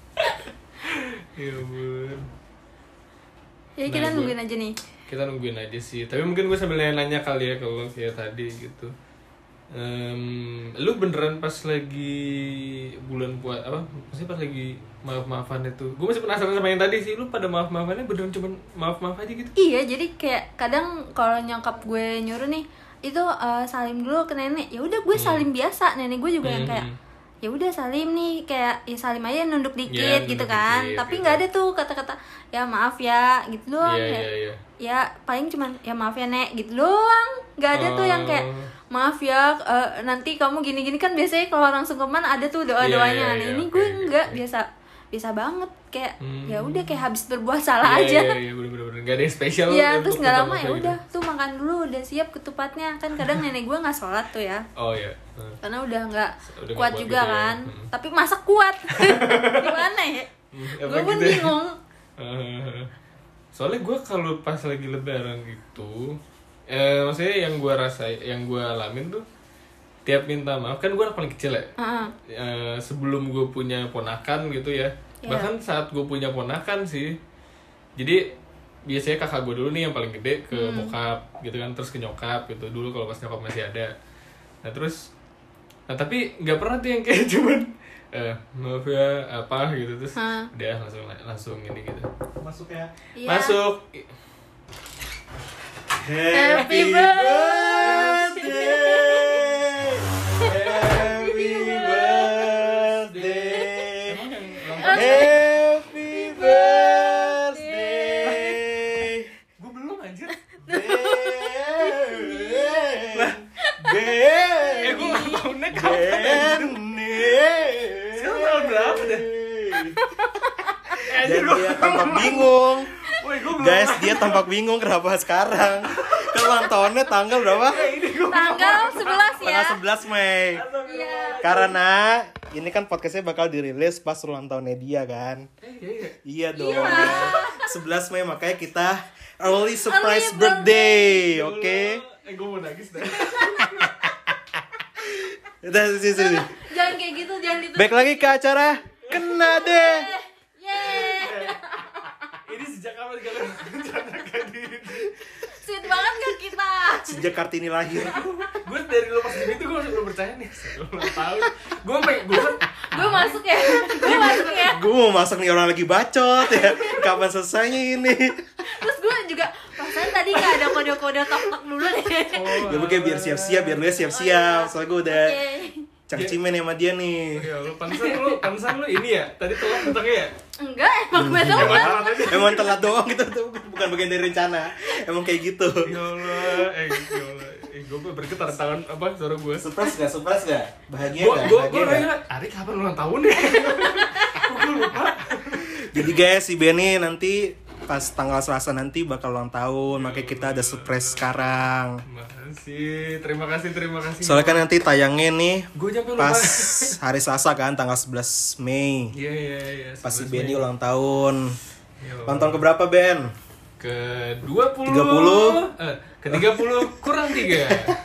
Ya ampun. Ya kita Nah, gue- nungguin aja nih. Kita nungguin aja sih. Tapi mungkin gue sambil nanya-nanya kali ya kalau kayak tadi gitu. Em, lu beneran pas lagi bulan puasa apa? Maksudnya pas lagi maaf-maafan itu. Gue masih penasaran sama yang tadi sih. Lu pada maaf-maafannya beneran cuma maaf-maaf aja gitu? Iya, jadi kayak kadang kalau nyokap gue nyuruh nih, itu eh, salim dulu ke nenek. Ya udah gue salim biasa. Nenek gue juga yang kayak Hmm. ya udah salim nih, kayak ya salim aja nunduk dikit Ya, gitu nunduk kan. dikit, Tapi gitu. nggak ada tuh kata-kata ya maaf ya gitu doang. Iya ya. iya iya. Ya paling cuman ya maaf ya nek gitu doang. Nggak ada tuh yang kayak Oh. maaf ya eh, nanti kamu gini-gini kan biasanya kalau orang sungkeman ada tuh doa-doanya. Iya, iya, Nah, iya, ini oke, gue oke, enggak oke. biasa biasa banget kayak Hmm. ya udah kayak habis berbuah salah Iya, aja. Iya iya bener-bener. Gak ada yang spesial. Iya, untuk terus nggak lama pertama ya kali udah gitu. tuh makan dulu udah siap ketupatnya kan kadang nenek gue nggak sholat tuh ya Oh iya. Hmm. karena udah nggak Udah nggak kuat kuat juga gitu ya. kan Hmm. tapi masak kuat gimana ya Hmm, apa gue pun gitu ya? bingung. Eh, Soalnya gue kalau pas lagi lebaran gitu, eh, maksudnya yang gue rasain, yang gue alamin tuh tiap minta maaf kan gue anak paling kecil ya. Heeh. Eh, sebelum gue punya ponakan gitu ya, Iya. bahkan saat gue punya ponakan sih, jadi biasanya kakak gue dulu nih yang paling gede ke Hmm. bokap gitu kan, terus ke nyokap gitu dulu kalau pas nyokap masih ada. Nah terus, nah tapi nggak pernah tuh yang kayak cuman eh maaf ya apa gitu terus Hah. udah langsung langsung ini gitu. Masuk ya. Iya. Masuk. Happy birthday Dan dia tampak bingung. Woi, gua belum. Guys, dia tampak bingung kenapa sekarang. Kan ulang tahunnya tanggal berapa? Tanggal sebelas ya. Tanggal sebelas Mei. Iya. Karena ini kan podcastnya bakal dirilis pas ulang tahunnya dia kan. Eh, iya, iya. Iya dong. Iya. sebelas Mei makanya kita early surprise Early birthday, Ya oke? Allah. Eh, gua mau nangis dah. Udah sini sini. Jangan kayak gitu, jangan gitu. Baik lagi ke acara Kena deh. Yeay. Ini sejak kapan kalian merencanakan ini? Sweet banget kan kita. Sejak Kartini lahir. Gue dari lo pas gini tuh gue masih belum percaya nih. Ulang tahun. Gue sampai gue kan Gue masuk ya. Gue masuk ya. Gue mau masak nih orang lagi bacot ya. Kapan selesainya ini? Terus gue juga perasaan tadi gak ada kode-kode tok-tok dulu deh. Ya pokoknya biar siap-siap, biar gue siap-siap. Soalnya gue udah Oke. cangcimen sama dia nih. ya lo pantesan lu pantesan lu ini ya. Tadi telat datangnya ya. Enggak, emang betul Emang banget. telat aja. Emang telat doang gitu, tuh bukan bagian dari rencana. Emang kayak gitu. Ya Allah, eh ya Allah. Eh gue bergetar tangan apa suara gue. Surprise gak? Surprise gak? Bahagia Gue gak? gue Bahagia gue gak? nanya, Ari kapan ulang tahun ya? Gue lupa. Jadi guys, si Benny nanti pas tanggal Selasa nanti bakal ulang tahun, makanya kita ada surprise sekarang. Makasih, terima kasih, terima kasih. Soalnya kan nanti tayangnya nih gue sampai lupa. pas hari Selasa kan, tanggal sebelas Mei. Iya iya iya. Pas si sebelas Benny Mei. ulang tahun. Ya Allah. Ulang tahun keberapa, Ben? Ke dua puluh. tiga puluh. Eh, ke tiga puluh kurang tiga.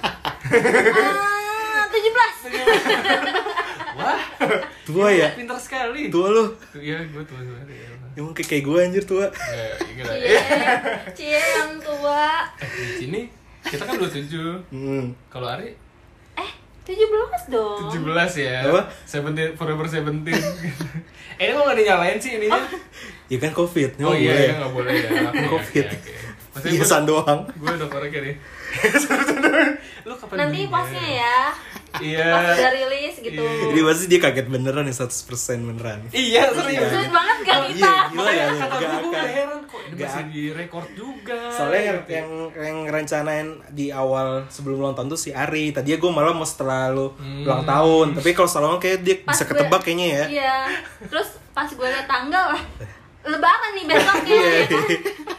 Ah, tujuh belas. Wah. Tua ya? Pintar sekali. Tua lu. Iya, gue tua tua. Ya. Emang kayak kayak gue anjir tua. Ya, ingat lah. Cie, cie yang tua. Di sini kita kan dua puluh tujuh. Hmm. Kalau Ari Eh, tujuh belas dong. tujuh belas ya. Apa? Seventeen, forever seventeen. Eh, ini kok gak dinyalain sih ininya? Ya kan Covid. Oh emang iya, boleh. ya nggak boleh ya. Oke, Covid. oke, oke. Maksudnya Hiasan doang. Gue udah korek nih. Lu kapan Nanti belinya? posnya ya. Iya. Pas udah rilis gitu. Iya. Jadi pasti dia kaget beneran nih seratus persen beneran. Iya, serius. Sweet banget gak Oh, kita? iya, gila ya. Makanya kata Gak gue, gue akan. udah heran kok ini Gak masih akan. di record juga. Soalnya yang, gitu. yang yang rencanain di awal sebelum ulang tahun tuh si Ari. Tadinya gue malah mau setelah lu Hmm. ulang tahun. Tapi kalau setelah ulang kayak dia Pas bisa gue- ketebak kayaknya ya. Iya. Terus pas gue liat tanggal, lebaran nih besoknya. Iya. ya kan?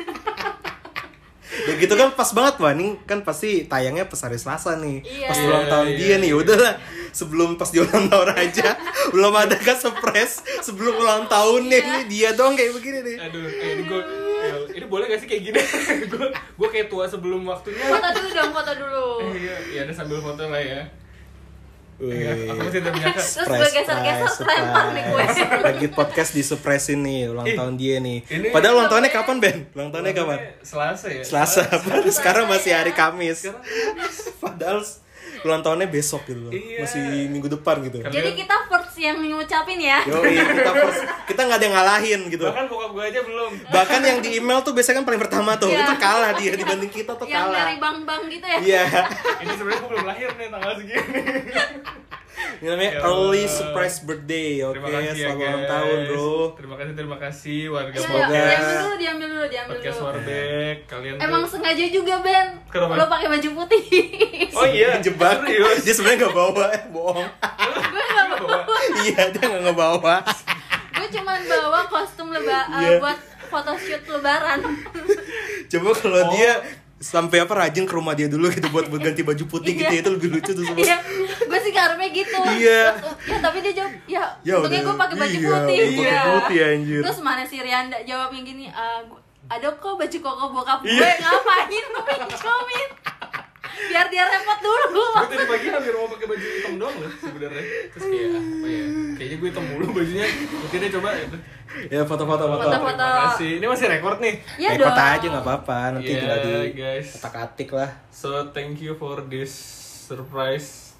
Ya gitu kan pas banget wah nih kan pasti tayangnya pas hari Selasa nih. Iya. Pas ulang tahun Iya, dia iya. nih. Udahlah sebelum pas di ulang tahun aja belum ada kan surprise sebelum ulang tahunnya Iya. ini dia dong kayak begini nih. Aduh, eh, ini gue ini boleh gak sih kayak gini? Gue gue kayak tua sebelum waktunya. Foto dulu dong, foto dulu. Eh, iya, iya ada sambil foto lah ya. Wih. Iya, aku masih tidak menyangka. Terus gue geser-geser, lempar nih gue. Lagi podcast di surprise ini ulang Ih, tahun dia nih. ini- Padahal ulang tahunnya kapan Ben? Ulang tahunnya kapan? Selasa ya. Selasa. Padahal sekarang masih hari Kamis. Sekarang Padahal ulang tahunnya besok gitu loh. Iya. Masih minggu depan gitu. Karena- Jadi kita first yang ngucapin ya. Yoi, kita first, kita nggak ada yang ngalahin gitu. bahkan bokap gue aja belum. Bahkan yang di email tuh biasanya kan paling pertama tuh. Iya. Itu kalah dia dibanding kita tuh Yang kalah. dari bank-bank gitu ya. Iya. Ini sebenarnya gue belum lahir nih tanggal segini. Ini namanya Ya early Allah. surprise birthday. Oke, Terima kasih ya selamat ulang guys. tahun, Bro. Terima kasih, terima kasih warga Iya, Semoga- diambil dulu, diambil dulu, diambil podcast dulu. Warbeck. Kalian Emang tuh. sengaja juga Ben. Kenapa? Lo pakai baju putih. Oh iya, Jebak. serius. Dia sebenarnya nggak bawa, eh, bohong. Gue nggak bawa. Iya, dia nggak ngebawa. Gue cuman bawa kostum leba eh, Iya. buat photoshoot lebaran. Coba kalau Oh. dia sampai apa rajin ke rumah dia dulu gitu buat buat ganti baju putih gitu ya, itu lebih lucu tuh semua. Iya, gue sih karepnya gitu. Iya. Terus, ya tapi dia jawab, ya, Ya untungnya udah. gue pakai baju Iya, putih. pakai Iya. putih, anjir. Terus mana si Rianda jawabnya gini, "Ah, gua- ada kok baju koko bokap gue, Iya. ngapain gue pinjemin? Biar dia repot dulu." Gue tadi pagi hampir mau pakai baju hitam doang loh sebenarnya. Terus kayak apa ya? Kayaknya gue hitam mulu bajunya. Mungkin dia coba itu. Ya foto-foto foto. Foto-foto. Terima kasih. Ini masih record nih. Ya Eh, dong. kota aja nggak apa-apa, nanti Iya, tinggal di guys. otak-atik lah. So thank you for this surprise.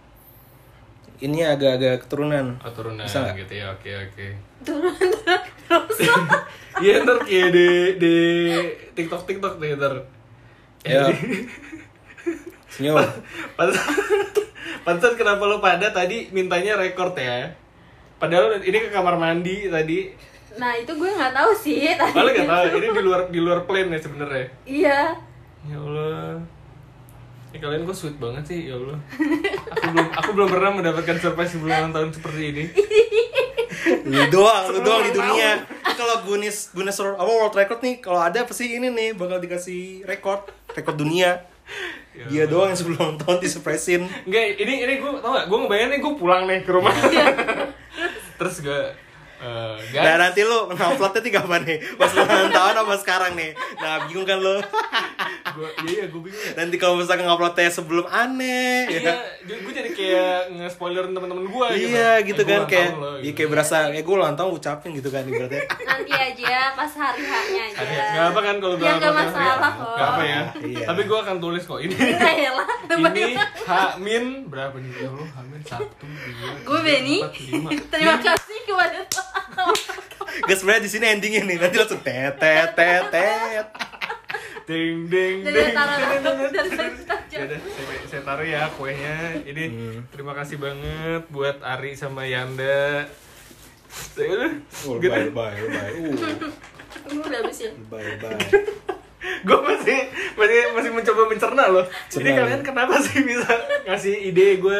Ini agak-agak keturunan. Oh, turunan Bisa nggak? gitu ya. Oke, oke. Turun terus. Iya ntar kayak di di TikTok TikTok deh ntar. Ayo. Senyum. Pantesan pantesan kenapa lo pada tadi mintanya record ya? Padahal ini ke kamar mandi tadi. Nah itu gue nggak tahu sih tadi. Malah nggak tahu. Ini di luar di luar plan ya sebenarnya. Iya. Ya Allah. Eh, kalian kok sweet banget sih, ya Allah. Aku belum aku belum pernah mendapatkan surprise sebelum ulang tahun seperti ini. Lu doang, lu doang di dunia. Kalau Guinness Guinness World apa World Record nih, kalau ada pasti ini nih bakal dikasih rekor, rekor dunia. Dia doang yang sebelum ulang tahun disurprisein. Enggak, ini ini gue tau gak, gue ngebayangin gue pulang nih ke rumah. Terus gue uh, guys. Nah nanti lu uploadnya nih kapan nih? Pas ulang tahun apa sekarang nih? Nah bingung kan lu? Gua, iya, gue bingung ya. Nanti kalau misalkan nguploadnya sebelum aneh Iya, ya. gue jadi kayak nge-spoilerin teman-teman gue gitu. Iya gitu Eh, gua kan ulang kayak tahun loh, iya gitu. kayak berasa ya gue ulang tahun ucapin gitu kan ibaratnya. Nanti aja pas hari H-nya aja. Ada, nggak apa kan kalau gue Ya, nggak upload masalah ya? kok. Nggak apa ya. Iya. Tapi gue akan tulis kok ini. Ya lah. Ini H min berapa nih? Ya Allah, H min satu, dua, Gue tiga, Benny. empat, lima. Terima kasih kepada Gak sebenarnya di sini endingnya nih nanti langsung tet tet tet tet. Ding ding dari ding. taruh dari Ya udah, saya, saya taruh ya kuenya. Ini Hmm. terima kasih banget buat Ari sama Yanda. Oh, Gitu. bye bye bye. Uh, Gue udah habis ya. bye bye. Gue masih masih masih mencoba mencerna loh. Ini Cerna, kalian ya. kenapa sih bisa ngasih ide gue?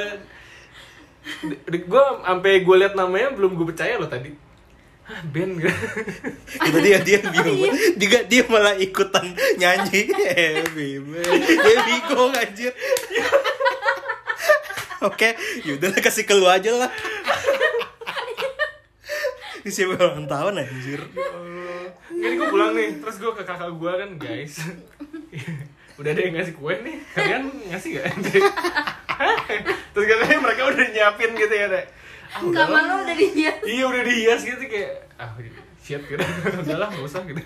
Gue sampai gue liat namanya belum gue percaya loh tadi. Hah, band gitu. Itu dia dia bingung. Dia dia malah ikutan nyanyi. Happy birthday. Dia bingung anjir. Oke, yaudah kasih ke lu aja lah. Ini siapa ulang tahun anjir. Ini gue pulang nih, terus gue ke kakak gue kan, guys. Udah ada yang ngasih kue nih, kalian ngasih gak? Terus katanya mereka udah nyiapin gitu ya, deh. Ah, Kamar lo udah dihias. Iya udah dihias gitu kayak ah shit gitu. Udahlah enggak usah gitu.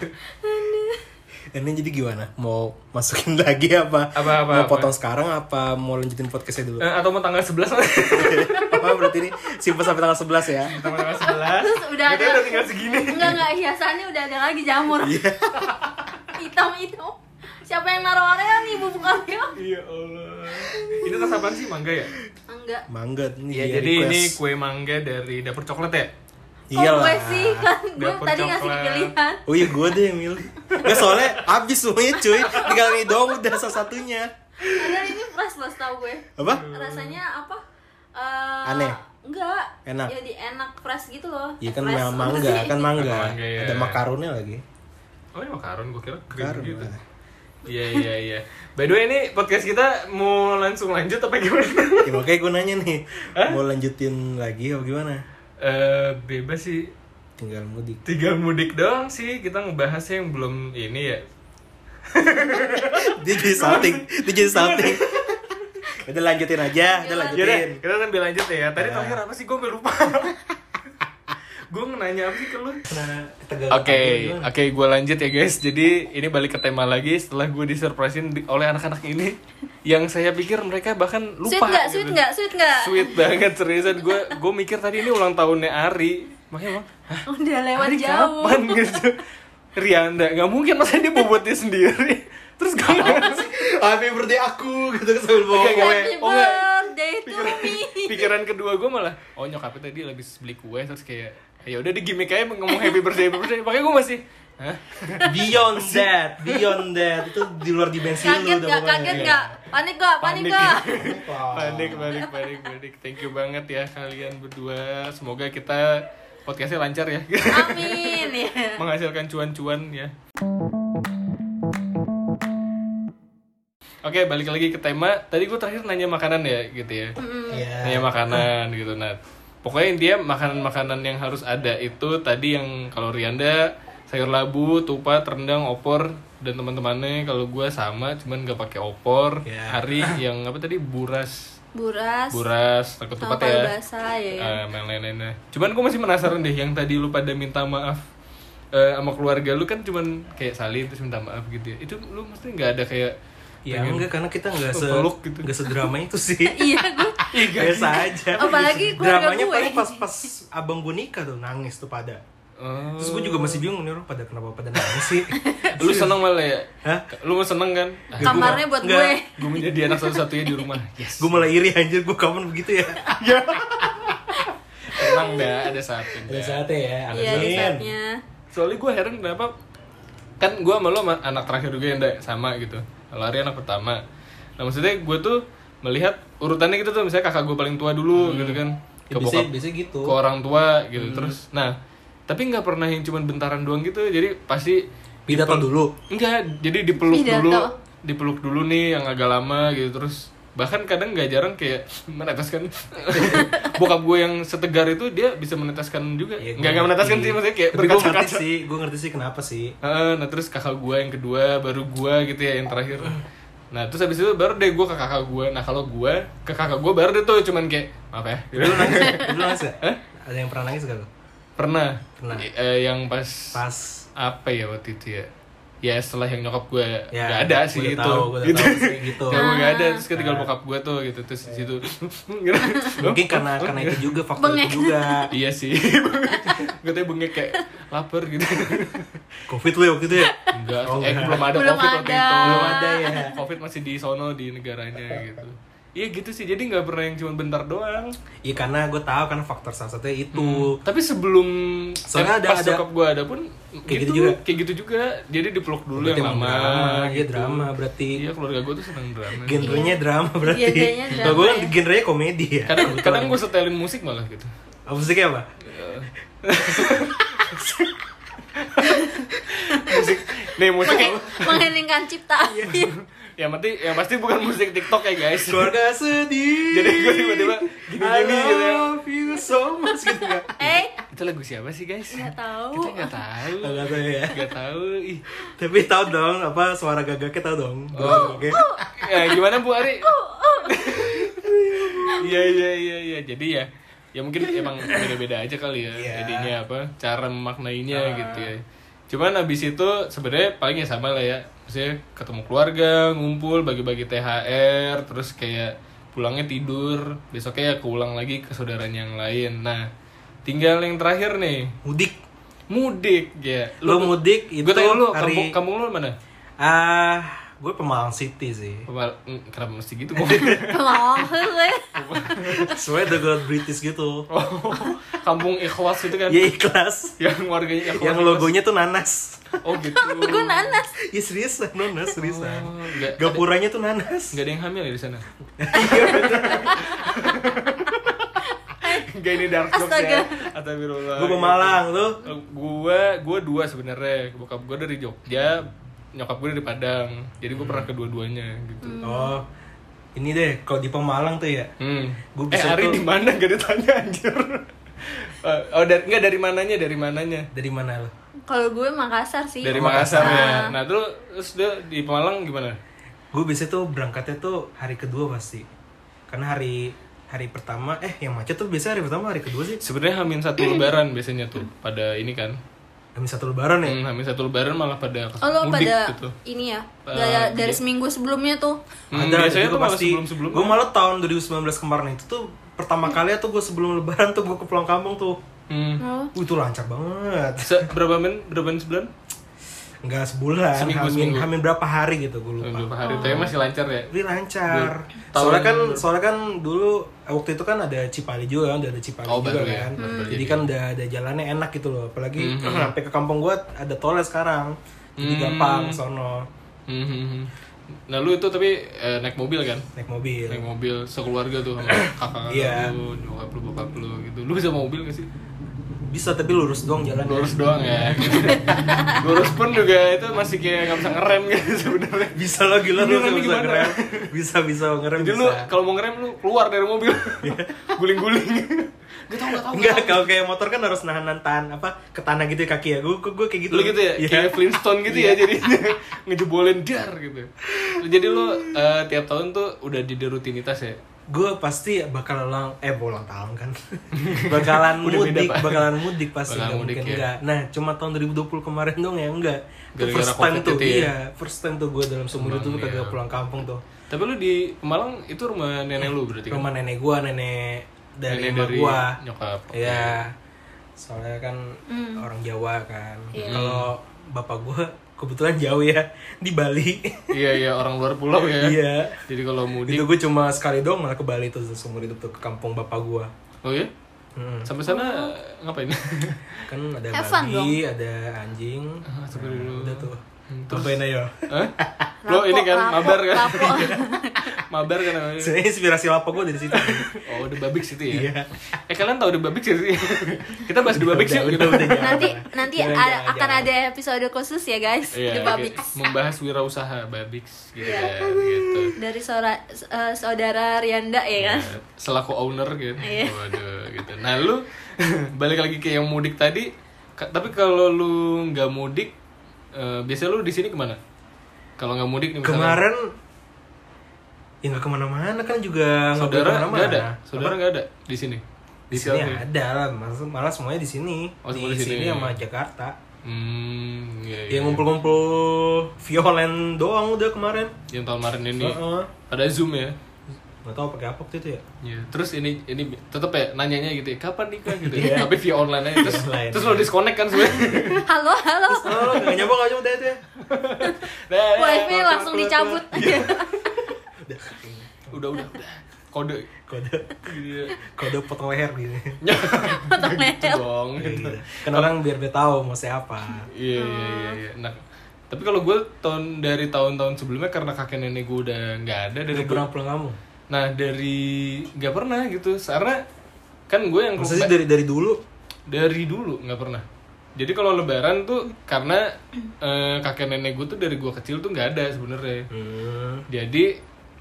Ini jadi gimana? Mau masukin lagi apa? Apa, apa, mau apa? potong sekarang apa mau lanjutin podcastnya dulu? Eh, atau mau tanggal sebelas Apa berarti ini simpen sampai tanggal sebelas ya? tanggal sebelas. Terus udah Katanya ada- udah tinggal segini. Enggak enggak hiasannya udah ada lagi jamur. Iya. Hitam-hitam. Siapa yang naruh Oreo nih bubuk Oreo? Iya Allah. Ini tas apaan sih, mangga ya? Enggak. Mangga nih. Iya, dia jadi request. ini kue mangga dari Dapur Coklat ya? Kok Iyalah. gue sih kan gue Dapur tadi ngasih coklat. pilihan. Oh iya gue deh yang milih. Nggak soalnya abis semuanya cuy. Tinggal ini doang udah salah satunya. Ada ini fresh loh tau gue. Apa? Rasanya apa? Eh, Aneh? Enggak. Enak? Jadi enak fresh gitu loh. Iya kan Fresh, memang apa mangga, sih? kan mangga. Mangga, ya. Ada makaronnya lagi. Oh iya makaron, gue kira krim Makaron. gitu. Iya iya iya. By the way ini podcast kita mau langsung lanjut apa gimana? Ya makanya gue nanya nih, mau lanjutin lagi apa gimana? Eh bebas sih. Tinggal mudik. Tinggal mudik doang sih, kita ngebahasnya yang belum ini ya. Dia jadi salting, dia jadi salting. Udah lanjutin aja, udah Yaudah, lanjutin. kita sambil lanjut ya. Tadi Ya. terakhir apa sih? Gue lupa. Gue nanya apa sih ke lu? Nah, Oke, oke, gue lanjut ya guys. Jadi ini balik ke tema lagi setelah gue disurprisein di- oleh anak-anak ini, yang saya pikir mereka bahkan lupa. Sweet enggak? gitu. Sweet enggak? Sweet enggak? Sweet banget seriusan. Gue gue mikir tadi ini ulang tahunnya Ari, makanya emang, hah, Udah lewat Ari jauh. kapan gitu? Rianda, nggak mungkin masa dia buat dia sendiri. Terus gue Happy birthday aku gitu sambil bawa Oke, oke. kue. Happy Oh, enggak. birthday to me. pikiran kedua gue malah, oh nyokapnya tadi habis beli kue terus kayak ya udah di gimmick aja ngomong happy birthday happy birthday. Makanya gue masih, hah? Beyond that, beyond that itu di luar dimensi lu Kaget udah enggak? pokoknya. Kaget enggak? Panik enggak? Panik enggak? panik panik panik panik thank you banget ya kalian berdua, semoga kita podcastnya lancar ya. Amin ya. Menghasilkan cuan-cuan ya. Oke, balik lagi ke tema. Tadi gue terakhir nanya makanan ya gitu ya. Iya. Nanya makanan gitu. Nah, pokoknya intinya makanan-makanan yang harus ada itu tadi yang kalau Rianda sayur labu, tupat, rendang, opor dan teman-temannya. Kalau gue sama, cuman nggak pakai opor. Ya. Hari yang apa tadi buras, Buras. buras, Sama ketupat palu ya. basah ya. ya. Eh, yang lain-lainnya. Cuman gue masih penasaran deh yang tadi lu pada minta maaf eh, sama keluarga lu kan cuman kayak salin terus minta maaf gitu ya. Itu lu mesti nggak ada kayak Ya pengen enggak karena kita enggak se peluk gitu. enggak sedrama itu sih. Iya gue. Biasa aja. Apalagi keluarga Dramanya gue. paling pas pas abang gue nikah tuh nangis tuh pada. Oh. Terus gue juga masih bingung nih orang pada kenapa pada nangis sih. Lu seneng malah ya? Hah? Lu seneng kan? Ah, Kamarnya buat Enggak. gue. gue menjadi anak satu-satunya di rumah. Yes. Gue malah iri anjir gue kapan begitu ya. Tenang dah, ada saatnya. Ada saatnya ya. Iya di Amin. saatnya. Soalnya gue heran kenapa kan gue sama lo sama anak terakhir juga yang nggak sama gitu. Lari anak pertama. Nah maksudnya gue tuh melihat urutannya gitu tuh, misalnya kakak gue paling tua dulu Hmm. gitu kan. ke biasanya, bokap, biasanya gitu. ke orang tua gitu. Hmm. Terus, nah tapi nggak pernah yang cuman bentaran doang gitu. Jadi pasti Pidato dipel- dulu. Enggak, jadi dipeluk Pidato. dulu, dipeluk dulu nih yang agak lama gitu. Terus bahkan kadang nggak jarang kayak meneteskan. Bokap gue yang setegar itu dia bisa meneteskan juga. Ya, nggak nggak meneteskan sih, maksudnya kayak Tapi gue ngerti berkaca-kaca. sih, gue ngerti sih kenapa sih. Uh, nah terus kakak gue yang kedua, baru gue gitu ya yang terakhir. Nah terus habis itu baru deh gue ke kakak gue. Nah kalau gue ke kakak gue baru deh tuh cuman kayak apa ya? Dulu nangis ya? Dulu nangis ya? Hah? Ada yang pernah nangis gak lo? Pernah. Pernah. I- eh, yang pas, Pas. apa ya waktu itu ya? Ya setelah yang nyokap gue Ya, nggak ada gua sih udah itu. tahu, gua udah gitu. tahu sih, gitu. Nyokap gue nggak ada, terus ketinggal Ah. bokap gue tuh gitu terus di situ. Mungkin karena karena itu juga faktor Bengek. itu juga. Iya sih. Gue tuh bengek kayak lapar gitu. Covid lu ya waktu itu ya? Enggak, Oh, eh enggak. belum ada Belum covid waktu ada. itu. Belum ada ya. Covid masih di sono di negaranya gitu. Iya gitu sih, jadi nggak pernah yang cuma bentar doang. Iya karena gue tahu kan faktor salah satunya itu. Hmm. Tapi sebelum Soalnya eh, ada- pas ada- nyokap gue ada pun Kayak gitu juga? kayak gitu juga. Jadi dipeluk dulu Berarti yang emang lama. drama, iya gitu. drama berarti. Iya, keluarga gue tuh seneng drama. Genrenya drama berarti. Genrenya drama Kalau gue kan ya. genrenya komedi ya. Kadang kadang gue setelin musik malah gitu. Apa musiknya apa? Musik nih musik Menghe- mengheningkan cipta. yang pasti yang pasti bukan musik TikTok ya guys. Keluarga sedih. Jadi gue tiba-tiba I gini-gini gitu ya. love you so much gitu ya. Eh, Itu lagu siapa sih guys? nggak tahu. Kita nggak tahu. Enggak tahu ya. Nggak tahu. Ih. Tapi tahu dong apa suara gagaknya tahu dong. Oh. Oke. Ya gimana Bu Ari? Iya iya iya iya. Jadi ya ya mungkin emang beda-beda aja kali ya. Iya. Jadinya apa? Cara memaknainya gitu ya. Cuman abis itu sebenarnya paling ya sama lah ya. Maksudnya ketemu keluarga, ngumpul, bagi-bagi T H R, terus kayak pulangnya tidur, besoknya ya keulang lagi ke saudaranya yang lain. Nah, tinggal yang terakhir nih, Mudik. mudik ya. Lo mudik itu Gue tanya lu, hari kampung, kampung lu mana? ah gue Pemalang City sih. Pemal- mm, Kenapa mesti gitu? Mau gue. Soalnya udah gue British gitu. Oh, kampung Ikhwas itu kan? Ya ikhlas. Yang warganya Ikhwas. Yang logonya tuh nanas. Oh gitu. Gue nanas. Ya seriusan, nanas seriusan. Oh, nggak- Gapuranya tuh nanas. Nggak ada yang hamil ya di sana? Gak ini dark jokes Astaga. ya. Astagfirullah. Gue Pemalang tuh. Gue gue dua sebenarnya. Bokap gue dari Jogja, nyokap gue dari Padang. Jadi gue pernah kedua-duanya gitu. Oh. Ini deh, kalau di Pemalang tuh ya. Hmm. Gua Eh bisa Ari tuh- di mana? Gak ditanya anjir. Eh, oh dari nggak dari mananya? Dari mananya? Dari mana lo? Kalau gue Makassar sih. Dari Oh, Makassar ya. Ah. Nah terus terus dia di Pemalang gimana? Gue biasanya tuh berangkatnya tuh hari kedua pasti. Karena hari hari pertama eh yang macet tuh biasanya hari pertama hari kedua sih. Sebenarnya hamin satu lebaran biasanya tuh pada ini kan. Habis satu lebaran ya. Hmm, hamin satu lebaran malah pada Oh lo mudik pada gitu. ini ya? Uh, Dari, dari iya. seminggu sebelumnya tuh. Hmm, Ada biasanya juga tuh malah pasti. sebelum-sebelumnya. Gue malah tahun dua ribu sembilan belas kemarin itu tuh pertama kali tuh gue sebelum lebaran tuh gue ke pulang kampung tuh. Hmm. Oh. Uh, itu lancar banget. Se- berapa men? Berapa men sebulan? Enggak sebulan, Seminggu, hamin, seminggu. hamin berapa hari gitu gue lupa. Berapa hari? Tapi masih lancar ya? Tapi lancar. Tahun- Soalnya kan soalnya kan dulu eh, waktu itu kan ada Cipali juga kan, udah ada Cipali Oh, juga baru ya, kan. baru Jadi jadi. kan udah ada jalannya enak gitu loh. Apalagi Mhm. sampai ke kampung gua ada tolnya sekarang. Jadi Hmm. gampang sono Hmm, hmm, hmm. Nah lu itu tapi eh, naik mobil kan? naik mobil. Naik mobil sekeluarga tuh sama kakak Iya. lu, nyokap lu, bokap lu gitu. Lu bisa mobil gak sih? Bisa tapi lurus doang jalannya. Lurus doang ya. Gitu. Lurus pun juga itu masih kayak nggak bisa ngerem gitu sebenarnya. Bisa lo gila Ini lu remnya bisa gimana? ngerem. Bisa bisa ngerem Jadi bisa. lu kalau mau ngerem lu keluar dari mobil, guling-guling. Gak tau gak tau. Enggak, kalau kayak motor kan harus nahan tahan apa ke tanah gitu ya kaki ya. Gue gue kayak gitu. Lu gitu ya, Iya. kayak Flintstone gitu ya jadinya ngejebolin dar gitu. Jadi lu eh, tiap tahun tuh udah di rutinitas ya. Gue pasti bakal ulang eh ulang tahun kan. bakalan Udah beda, mudik, Pak. bakalan mudik pasti Bakalan nggak mudik, mungkin ya. enggak. Nah, cuma tahun dua ribu dua puluh kemarin dong ya enggak. Itu Gara-gara first time COVID tuh, itu ya? iya, first time tuh gue dalam seumur Emang hidup tuh iya. kagak pulang kampung tuh. Tapi lu di Pemalang itu rumah nenek lu berarti kan? Rumah nenek gue, nenek dari Nenek emak dari gue. nyokap. Oke. Iya. Soalnya kan Hmm. orang Jawa kan. Iya. Kalau bapak gue kebetulan jauh ya di Bali. Iya iya orang luar pulau ya. Iya. Jadi kalau mudik. Itu gue cuma sekali doang malah ke Bali tuh seumur hidup tuh ke kampung bapak gue. Oh ya? Hmm. Sampai sana ngapain? Kan ada Have fun babi, ada anjing. Ah, sampai Nah, dulu. udah tuh. Hmm, terus- Ngapain ayo? Hah? Lo ini kan Lapo, mabar kan? lapo. Mabar kan namanya. Sebenarnya inspirasi lapa gue dari situ. Oh, The Babix itu ya. Iya. Eh kalian tahu The Babix ya sih? Kita bahas The Babix yuk. Udah, Gitu. udah, udah, jangan. Nanti nanti Jangan, ada, jangan, akan jangan. ada episode khusus ya guys, Iya, The Babix. kayak membahas wirausaha Babix gitu Iya. kan, gitu. Dari saudara, eh, saudara Rianda ya kan. Ya, selaku owner kan. Iya. Waduh gitu. Nah, lu balik lagi ke yang mudik tadi. Ka- tapi kalau lu nggak mudik, eh, biasanya lu di sini kemana? Kalau nggak mudik nih misalnya. Kemarin ya nggak kemana-mana kan juga nggak boleh Saudara kemana-mana. nggak ada, saudara Apa? nggak ada di sini. Di sini Selfie. ada lah, malah, malah semuanya di sini. Oh, semua di di sini. sini sama Jakarta. Hmm, iya, Ya iya. ngumpul-ngumpul Violen doang udah kemarin. Yang tahun kemarin ini Heeh. pada Zoom ya. Nggak tahu pakai apa waktu itu ya. Iya. Terus ini ini tetep ya nanyanya gitu ya, kapan nikah gitu Iya. ya. Tapi via online aja terus Online. terus lo disconnect kan sebenarnya. Halo, halo. Oh, nggak nyoba nggak nyoba itu ya. Nah, Wifi nah, langsung keluar, dicabut. keluar. Udah udah udah. Kode Kode gitu ya. kode potong leher gitu. Potong Gitu leher. dong. Kayak Gitu. gitu. Kan orang biar biar tahu mau siapa. Iya iya iya iya. Nah, tapi kalau gue tahun dari tahun-tahun sebelumnya karena kakek nenek gue udah nggak ada dari Dari gua- pernah pulang kamu. Nah, dari nggak pernah gitu. Karena kan gue yang Masa sih dari dari dulu? dari dulu nggak pernah. Jadi kalau lebaran tuh karena eh, kakek nenek gue tuh dari gue kecil tuh nggak ada sebenarnya. Hmm. Jadi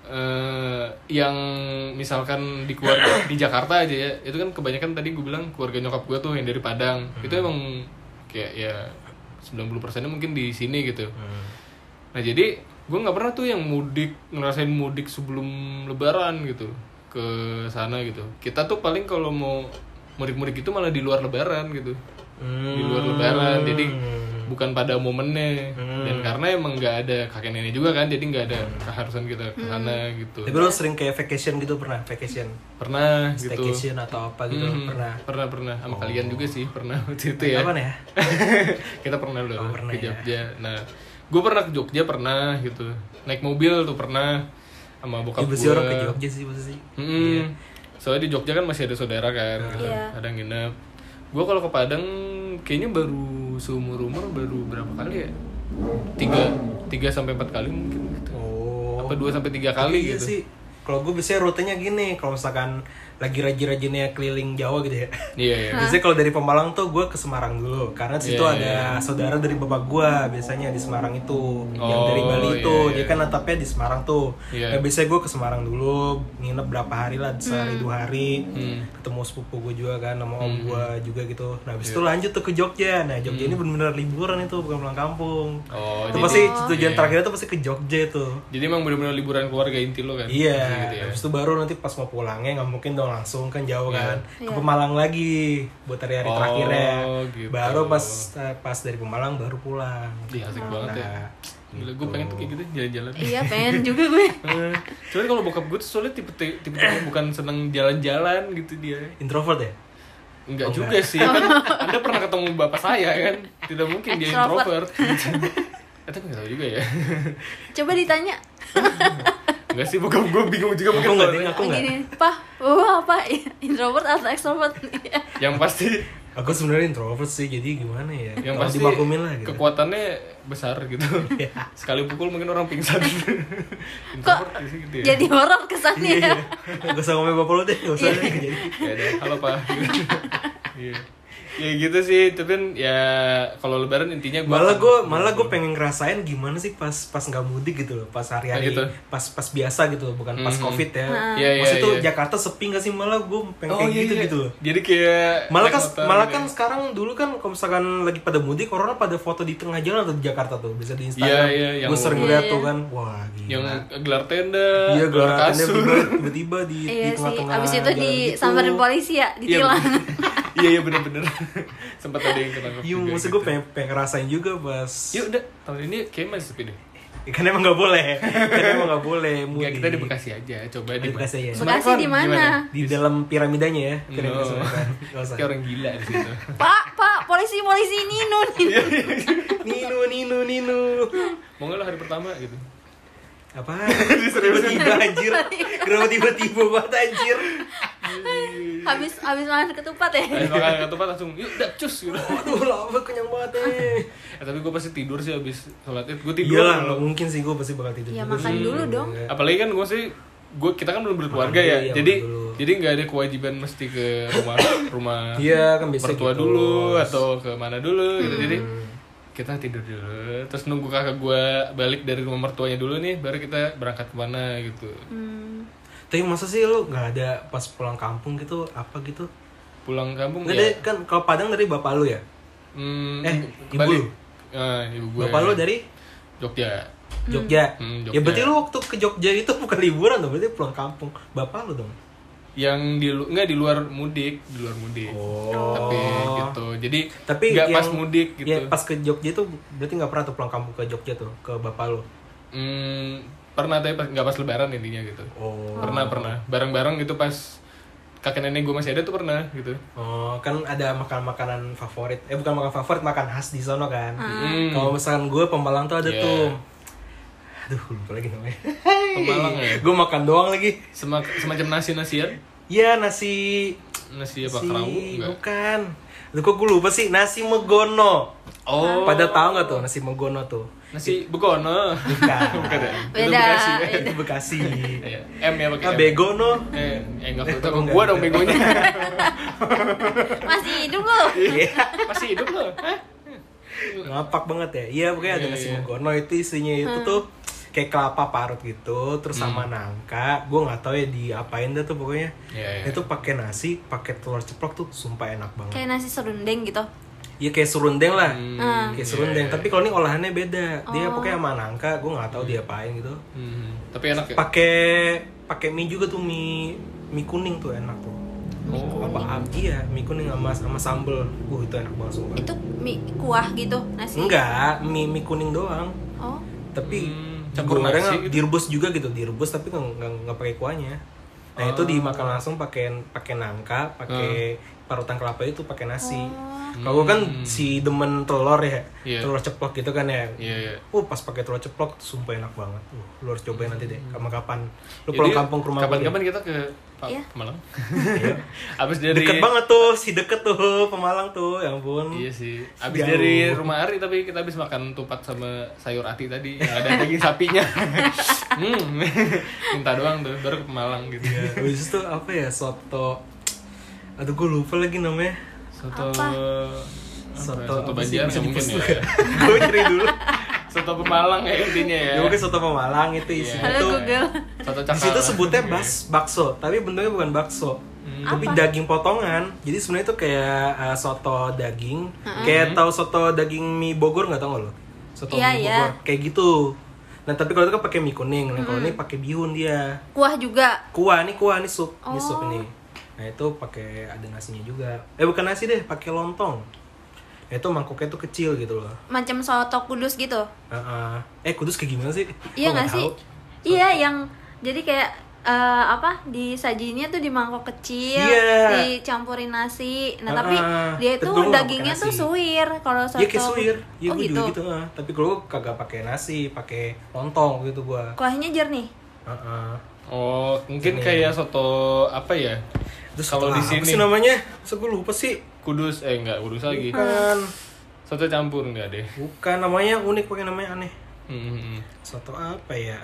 eh, yang misalkan di keluarga di Jakarta aja ya, itu kan kebanyakan tadi gue bilang keluarga nyokap gue tuh yang dari Padang. Hmm. Itu emang kayak ya sembilan puluh persennya mungkin di sini gitu. Hmm. Nah, jadi gue nggak pernah tuh yang mudik, ngerasain mudik sebelum lebaran gitu ke sana gitu. Kita tuh paling kalau mau mudik-mudik itu malah di luar lebaran gitu. Di luar lebaran, jadi bukan pada momennya. Hmm. Dan karena emang nggak ada kakek nenek juga kan, jadi nggak ada keharusan kita ke sana gitu. Tapi lo sering kayak vacation gitu pernah? Vacation? Pernah gitu. Staycation atau apa gitu Hmm, pernah? Pernah pernah sama kalian juga sih, pernah waktu itu ya. Kapan ya? Kita pernah loh Oh, pernah ke ya. Jogja. Nah, gue pernah ke Jogja pernah gitu. Naik mobil tuh pernah sama bokap Ibu gue. sih orang ke Jogja sih pasti sih. Mm-mm. Soalnya di Jogja kan masih ada saudara kan, gitu. Iya. Ada yang nginep. Gue kalau ke Padang kayaknya baru seumur umur baru berapa kali ya? Tiga, tiga sampai empat kali mungkin gitu. Oh. Apa dua sampai tiga kali Iya gitu. sih. Kalau gue biasanya rutenya gini, kalau misalkan lagi rajin-rajinnya keliling Jawa gitu ya. Iya iya. Biasanya kalau dari Pemalang tuh gue ke Semarang dulu, karena di situ Iya, ada iya. saudara dari bapak gue biasanya di Semarang itu, yang Oh, dari Bali itu, iya, iya. dia kan netapnya di Semarang tuh. Iya. Nah, biasanya gue ke Semarang dulu, nginep berapa hari lah, sehari dua hari, Hmm. ketemu sepupu gue juga kan, sama om Hmm. gue juga gitu. Nah, habis Iya. itu lanjut tuh ke Jogja. Nah, Jogja Hmm. ini bener-bener liburan itu, bukan pulang kampung. Oh, itu jadi- pasti tujuan iya. terakhirnya tuh pasti ke Jogja itu. Jadi emang benar-benar liburan keluarga inti lo kan? Iya, Gitu ya. habis itu baru nanti pas mau pulangnya nggak mungkin dong langsung kan jauh Iya. kan Iya. ke Pemalang lagi buat hari-hari Oh, terakhirnya. gitu. Baru pas pas dari Pemalang baru pulang. Ih, asik banget ya. Nah, Gila, gue pengen tuh kayak gitu jalan-jalan. Iya, pengen juga gue. Eh, Cuman kalau bokap gue tuh soalnya tipe tipe tipe bukan seneng jalan-jalan gitu dia. introvert ya? Enggak Oh, juga sih, kan Anda pernah ketemu bapak saya kan? Tidak mungkin dia Extrovert. introvert. Eh, tapi nggak tahu juga ya. Coba ditanya. Enggak sih, bokap gue bingung juga Aku mungkin. nggak kalau- ding, aku nggak. Gini, Pak, oh apa? Introvert atau extrovert? Yang pasti, Aku sebenarnya introvert sih, jadi gimana ya? yang Kalau pasti dimaklumin lah gitu. kekuatannya besar gitu. Iya. Sekali pukul mungkin orang pingsan. Introvert sih gitu ya. Jadi horor kesannya. Iya, iya. Gak usah ngomongin bapak lo deh, gak usah Iya. deh. Jadi Ya udah, halo Pak. Iya. Ya gitu sih, tapi kan ya kalau lebaran intinya gua malah akan- gue malah gue pengen ngerasain gimana sih pas pas nggak mudik gitu loh, pas hari-hari Nah, gitu. pas pas biasa gitu loh, bukan pas Mhm. covid ya. Iya, iya, Maksudnya tuh iya. Jakarta sepi nggak sih, malah gue pengen Oh, kayak iya, gitu iya. gitu loh. Jadi kayak Malah kan naik motor malah gitu kan ya. sekarang dulu kan kalau misalkan lagi pada mudik orang pada foto di tengah jalan atau di Jakarta tuh bisa di Instagram. Iya, iya, yang- Gue sering Iya, lihat iya. tuh kan, wah gila. yang gelar tenda, iya gelar gelar kasur. tiba- tiba-tiba di, di Iya sih, tengah-tengah abis itu jalan di gitu. samperin polisi ya, Iya, ditilang. bener. Iya, iya bener-bener. Sempat ada yang ketangkep Iya, juga maksud gitu. gue pengen, pengen ngerasain juga pas. Yuk udah, tahun ini kayak masih sepi deh. Kan emang nggak boleh, kan emang nggak boleh Enggak, mudik. kita di Bekasi aja, coba Di Bekasi ya? Sebenarnya Bekasi kan di mana? gimana? Di dalam piramidanya ya. No. Kira-kira sebenarnya. Nggak usah. Kayak orang gila di situ. Pak, Pak, polisi, polisi Nino nih. Nino, Nino, Nino. Mau nggak lo hari pertama gitu? Apa? Tiba-tiba anjir. Kenapa tiba-tiba banget anjir? Habis habis makan ketupat ya. Habis makan ketupat langsung, yuk udah cus gitu. Aduh, lama kenyang banget nih. Eh, tapi gue pasti tidur sih habis sholat id. Gue tidur. Iyalah, nggak mungkin sih gue pasti bakal tidur. Ya, juga makan sih. dulu dong. Apalagi kan gue sih gue kita kan belum berkeluarga Makan ya, dulu, iya, jadi makan dulu. jadi nggak ada kewajiban mesti ke rumah rumah Iya, kan biasa mertua gitu. dulu atau ke mana dulu gitu. Hmm. Jadi kita tidur dulu, terus nunggu kakak gue balik dari rumah mertuanya dulu nih, baru kita berangkat kemana gitu. Hmm. Tapi masa sih lu nggak ada pas pulang kampung gitu apa gitu? Pulang kampung Nggak ya. deh, kan kalau Padang dari bapak lu ya? Hmm, Eh, ibu balik. lu? Ah, ibu gue. Bapak lu dari Jogja. Jogja. Hmm, Ya Jogja. berarti lu waktu ke Jogja itu bukan liburan dong, berarti pulang kampung. Bapak lu dong. Yang di lu- nggak di luar mudik, di luar mudik. Oh. Tapi gitu. Jadi Tapi nggak yang, pas mudik gitu. Ya pas ke Jogja itu berarti nggak pernah tuh pulang kampung ke Jogja tuh ke bapak lu. Hmm, pernah tapi pas, nggak pas lebaran intinya gitu. Oh. Pernah pernah bareng-bareng gitu pas kakek nenek gue masih ada tuh pernah gitu. Oh, kan ada makan-makanan favorit. Eh bukan makan favorit, makan khas di sono kan. Hmm. Kalau misalkan gue Pemalang tuh ada Yeah. tuh. Aduh, lupa lagi namanya. Pemalang ya? Gue makan doang lagi. Semak, semacam nasi-nasian, Iya, nasi nasi apa nasi kerawu enggak? bukan. Aduh, kok gue lupa sih, nasi megono. Oh. Pada tahu nggak tuh nasi megono tuh? Nasi begono. Bukan. Bukan ya? Itu Beda. Bekasi. Itu Bekasi. Iya. M ya pakai Ah, M. begono. Eh, eh enggak Eh, tahu. enggak. Gua dong begonya. Masih hidup lo. Iya. Masih hidup loh. Hah? Ngapak banget ya. Iya, pokoknya ada Iya, nasi iya. megono itu isinya itu tuh kayak kelapa parut gitu, terus sama nangka. Gue nggak tahu ya diapain dah tuh pokoknya. Iya, iya. Itu pakai nasi, pakai telur ceplok tuh sumpah enak banget. Kayak nasi serundeng gitu. Iya kayak serundeng lah. Hmm, Kayak iya, serundeng, iya. tapi kalau ini olahannya beda. Dia Oh. pokoknya sama nangka, gue nggak tahu diapain gitu. Hmm, tapi enak ya. Pakai pakai mie juga tuh, mie mie kuning tuh enak tuh. Oh. Apa ah, iya, mie kuning sama sama sambel. Uh, itu enak banget sumpah. Itu mie kuah gitu nasi. Enggak, mie mie kuning doang. Oh. Tapi Hmm, campur digoreng, nasi gitu. direbus juga gitu, direbus tapi nggak nggak nggak pakai kuahnya. Nah itu Oh. dimakan langsung pakai pakai nangka, pakai parutan kelapa itu pakai nasi. Oh. Kalau kan Hmm. si demen telur ya, Iya. telur ceplok gitu kan ya. Iya, iya. Uh pas pakai telur ceplok sumpah enak banget. Uh, lu harus cobain nanti deh. Kapan-kapan lu Jadi, pulang kampung ke rumah gua Kapan-kapan deh. kita ke Pak Iya. Malang. Iya. Abis dari Deket banget tuh, si deket tuh Pemalang tuh, ya ampun. Iya sih. Abis Jauh. dari rumah Ari tapi kita habis makan tupat sama sayur ati tadi yang ada daging sapinya. hmm. Minta doang tuh baru ke Malang gitu. Ya, habis itu apa ya, soto. Aduh gue lupa lagi namanya. Soto Apa? apa Soto, ya? Soto apa sih? Banjar Bisa ya mungkin di-post ya. Gue cari dulu. Soto Pemalang ya intinya ya. Ya mungkin soto Pemalang itu isinya Halo tuh. Google. Soto Di situ Cakal. sebutnya bas bakso, tapi bentuknya bukan bakso. Hmm. Tapi Apa? daging potongan. Jadi sebenarnya itu kayak uh, soto daging. Kayak tahu soto daging mie Bogor nggak tau nggak lo? Soto Iya, mie iya. Bogor. Kayak gitu. Nah, tapi kalau itu kan pakai mie kuning. Nah, kalau ini pakai bihun dia. Kuah juga. Kuah nih, kuah nih sup, ini Oh. sup ini. Nah, itu pakai ada nasinya juga. Eh, bukan nasi deh, pakai lontong. Nah, itu mangkoknya tuh kecil gitu loh. Macam soto kudus gitu. Heeh. Eh, Kudus kayak gimana sih? Iya Gua nggak sih? tahu. Iya yang jadi kayak eh, apa disajiinnya tuh di mangkok kecil, Iya. dicampurin nasi. Nah tapi Ah, dia itu tapi gua nggak dagingnya pakai tuh nasi. suwir kalau soto. Iya kayak suwir. Iya, Oh gue gitu. juga gitu. ah. Tapi kalau gua kagak pakai nasi, pakai lontong gitu gua. Kuahnya jernih. Heeh. Oh, mungkin Ini. kayak soto apa ya? Terus Kalau di apa sini sih namanya? So, gue lupa sih. Kudus eh enggak Kudus lagi. Bukan. Soto campur enggak deh. Bukan, namanya unik, pakai namanya aneh. Hmm, hmm, hmm. Soto apa ya?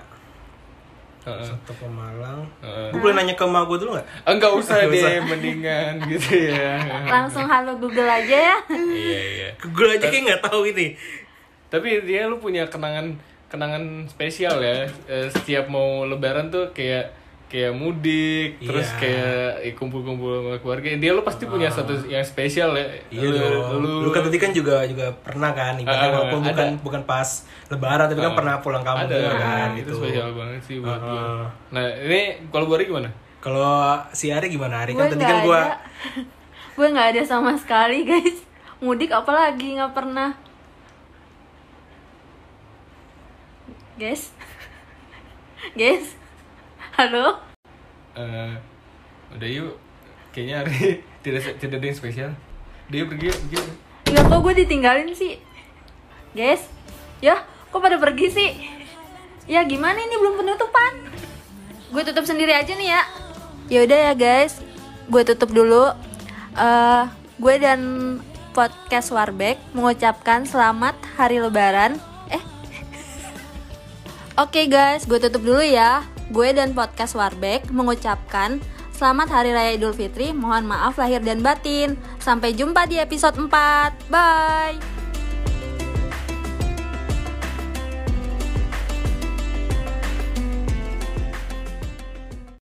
Heeh. Soto Pemalang. Heeh. Gue boleh nanya ke emak gue dulu nggak? Ah, enggak usah Nggak deh, usah. mendingan gitu ya. Langsung halo Google aja ya. Iya, iya. Gue aja kayak nggak tahu ini. Tapi dia lu punya kenangan kenangan spesial ya. Eh, setiap mau lebaran tuh kayak kayak mudik, Iya. terus kayak eh, kumpul-kumpul sama keluarga. Dia lu pasti punya satu yang spesial ya. Iya lu, dong. Lu, Lu kan tadi kan juga juga pernah kan, ibaratnya Ah, walaupun ada. bukan bukan pas Lebaran, tapi kan Ah, pernah pulang kampung ada juga kan itu gitu. spesial banget sih buat Ah, gua. ah. Nah, ini kalau Bari gimana? Kalau si Ari gimana? Ari Gue kan tadi nggak kan gua ada. Gue nggak ada sama sekali guys. Mudik apalagi nggak pernah. Guys, guys, halo. Eh, udah yuk. Kayaknya hari tidak tidak ada yang spesial. Dia pergi yuk, pergi. yuk. Nggak kok gue ditinggalin sih. Guys, ya kok pada pergi sih? Ya gimana ini belum penutupan? Gue tutup sendiri aja nih ya. Ya udah ya guys, gue tutup dulu. Eh, gue dan podcast Warbeck mengucapkan selamat hari Lebaran. Eh, oke guys, gue tutup dulu ya. gue dan podcast Warbek mengucapkan selamat Hari Raya Idul Fitri. Mohon maaf lahir dan batin. Sampai jumpa di episode empat. Bye.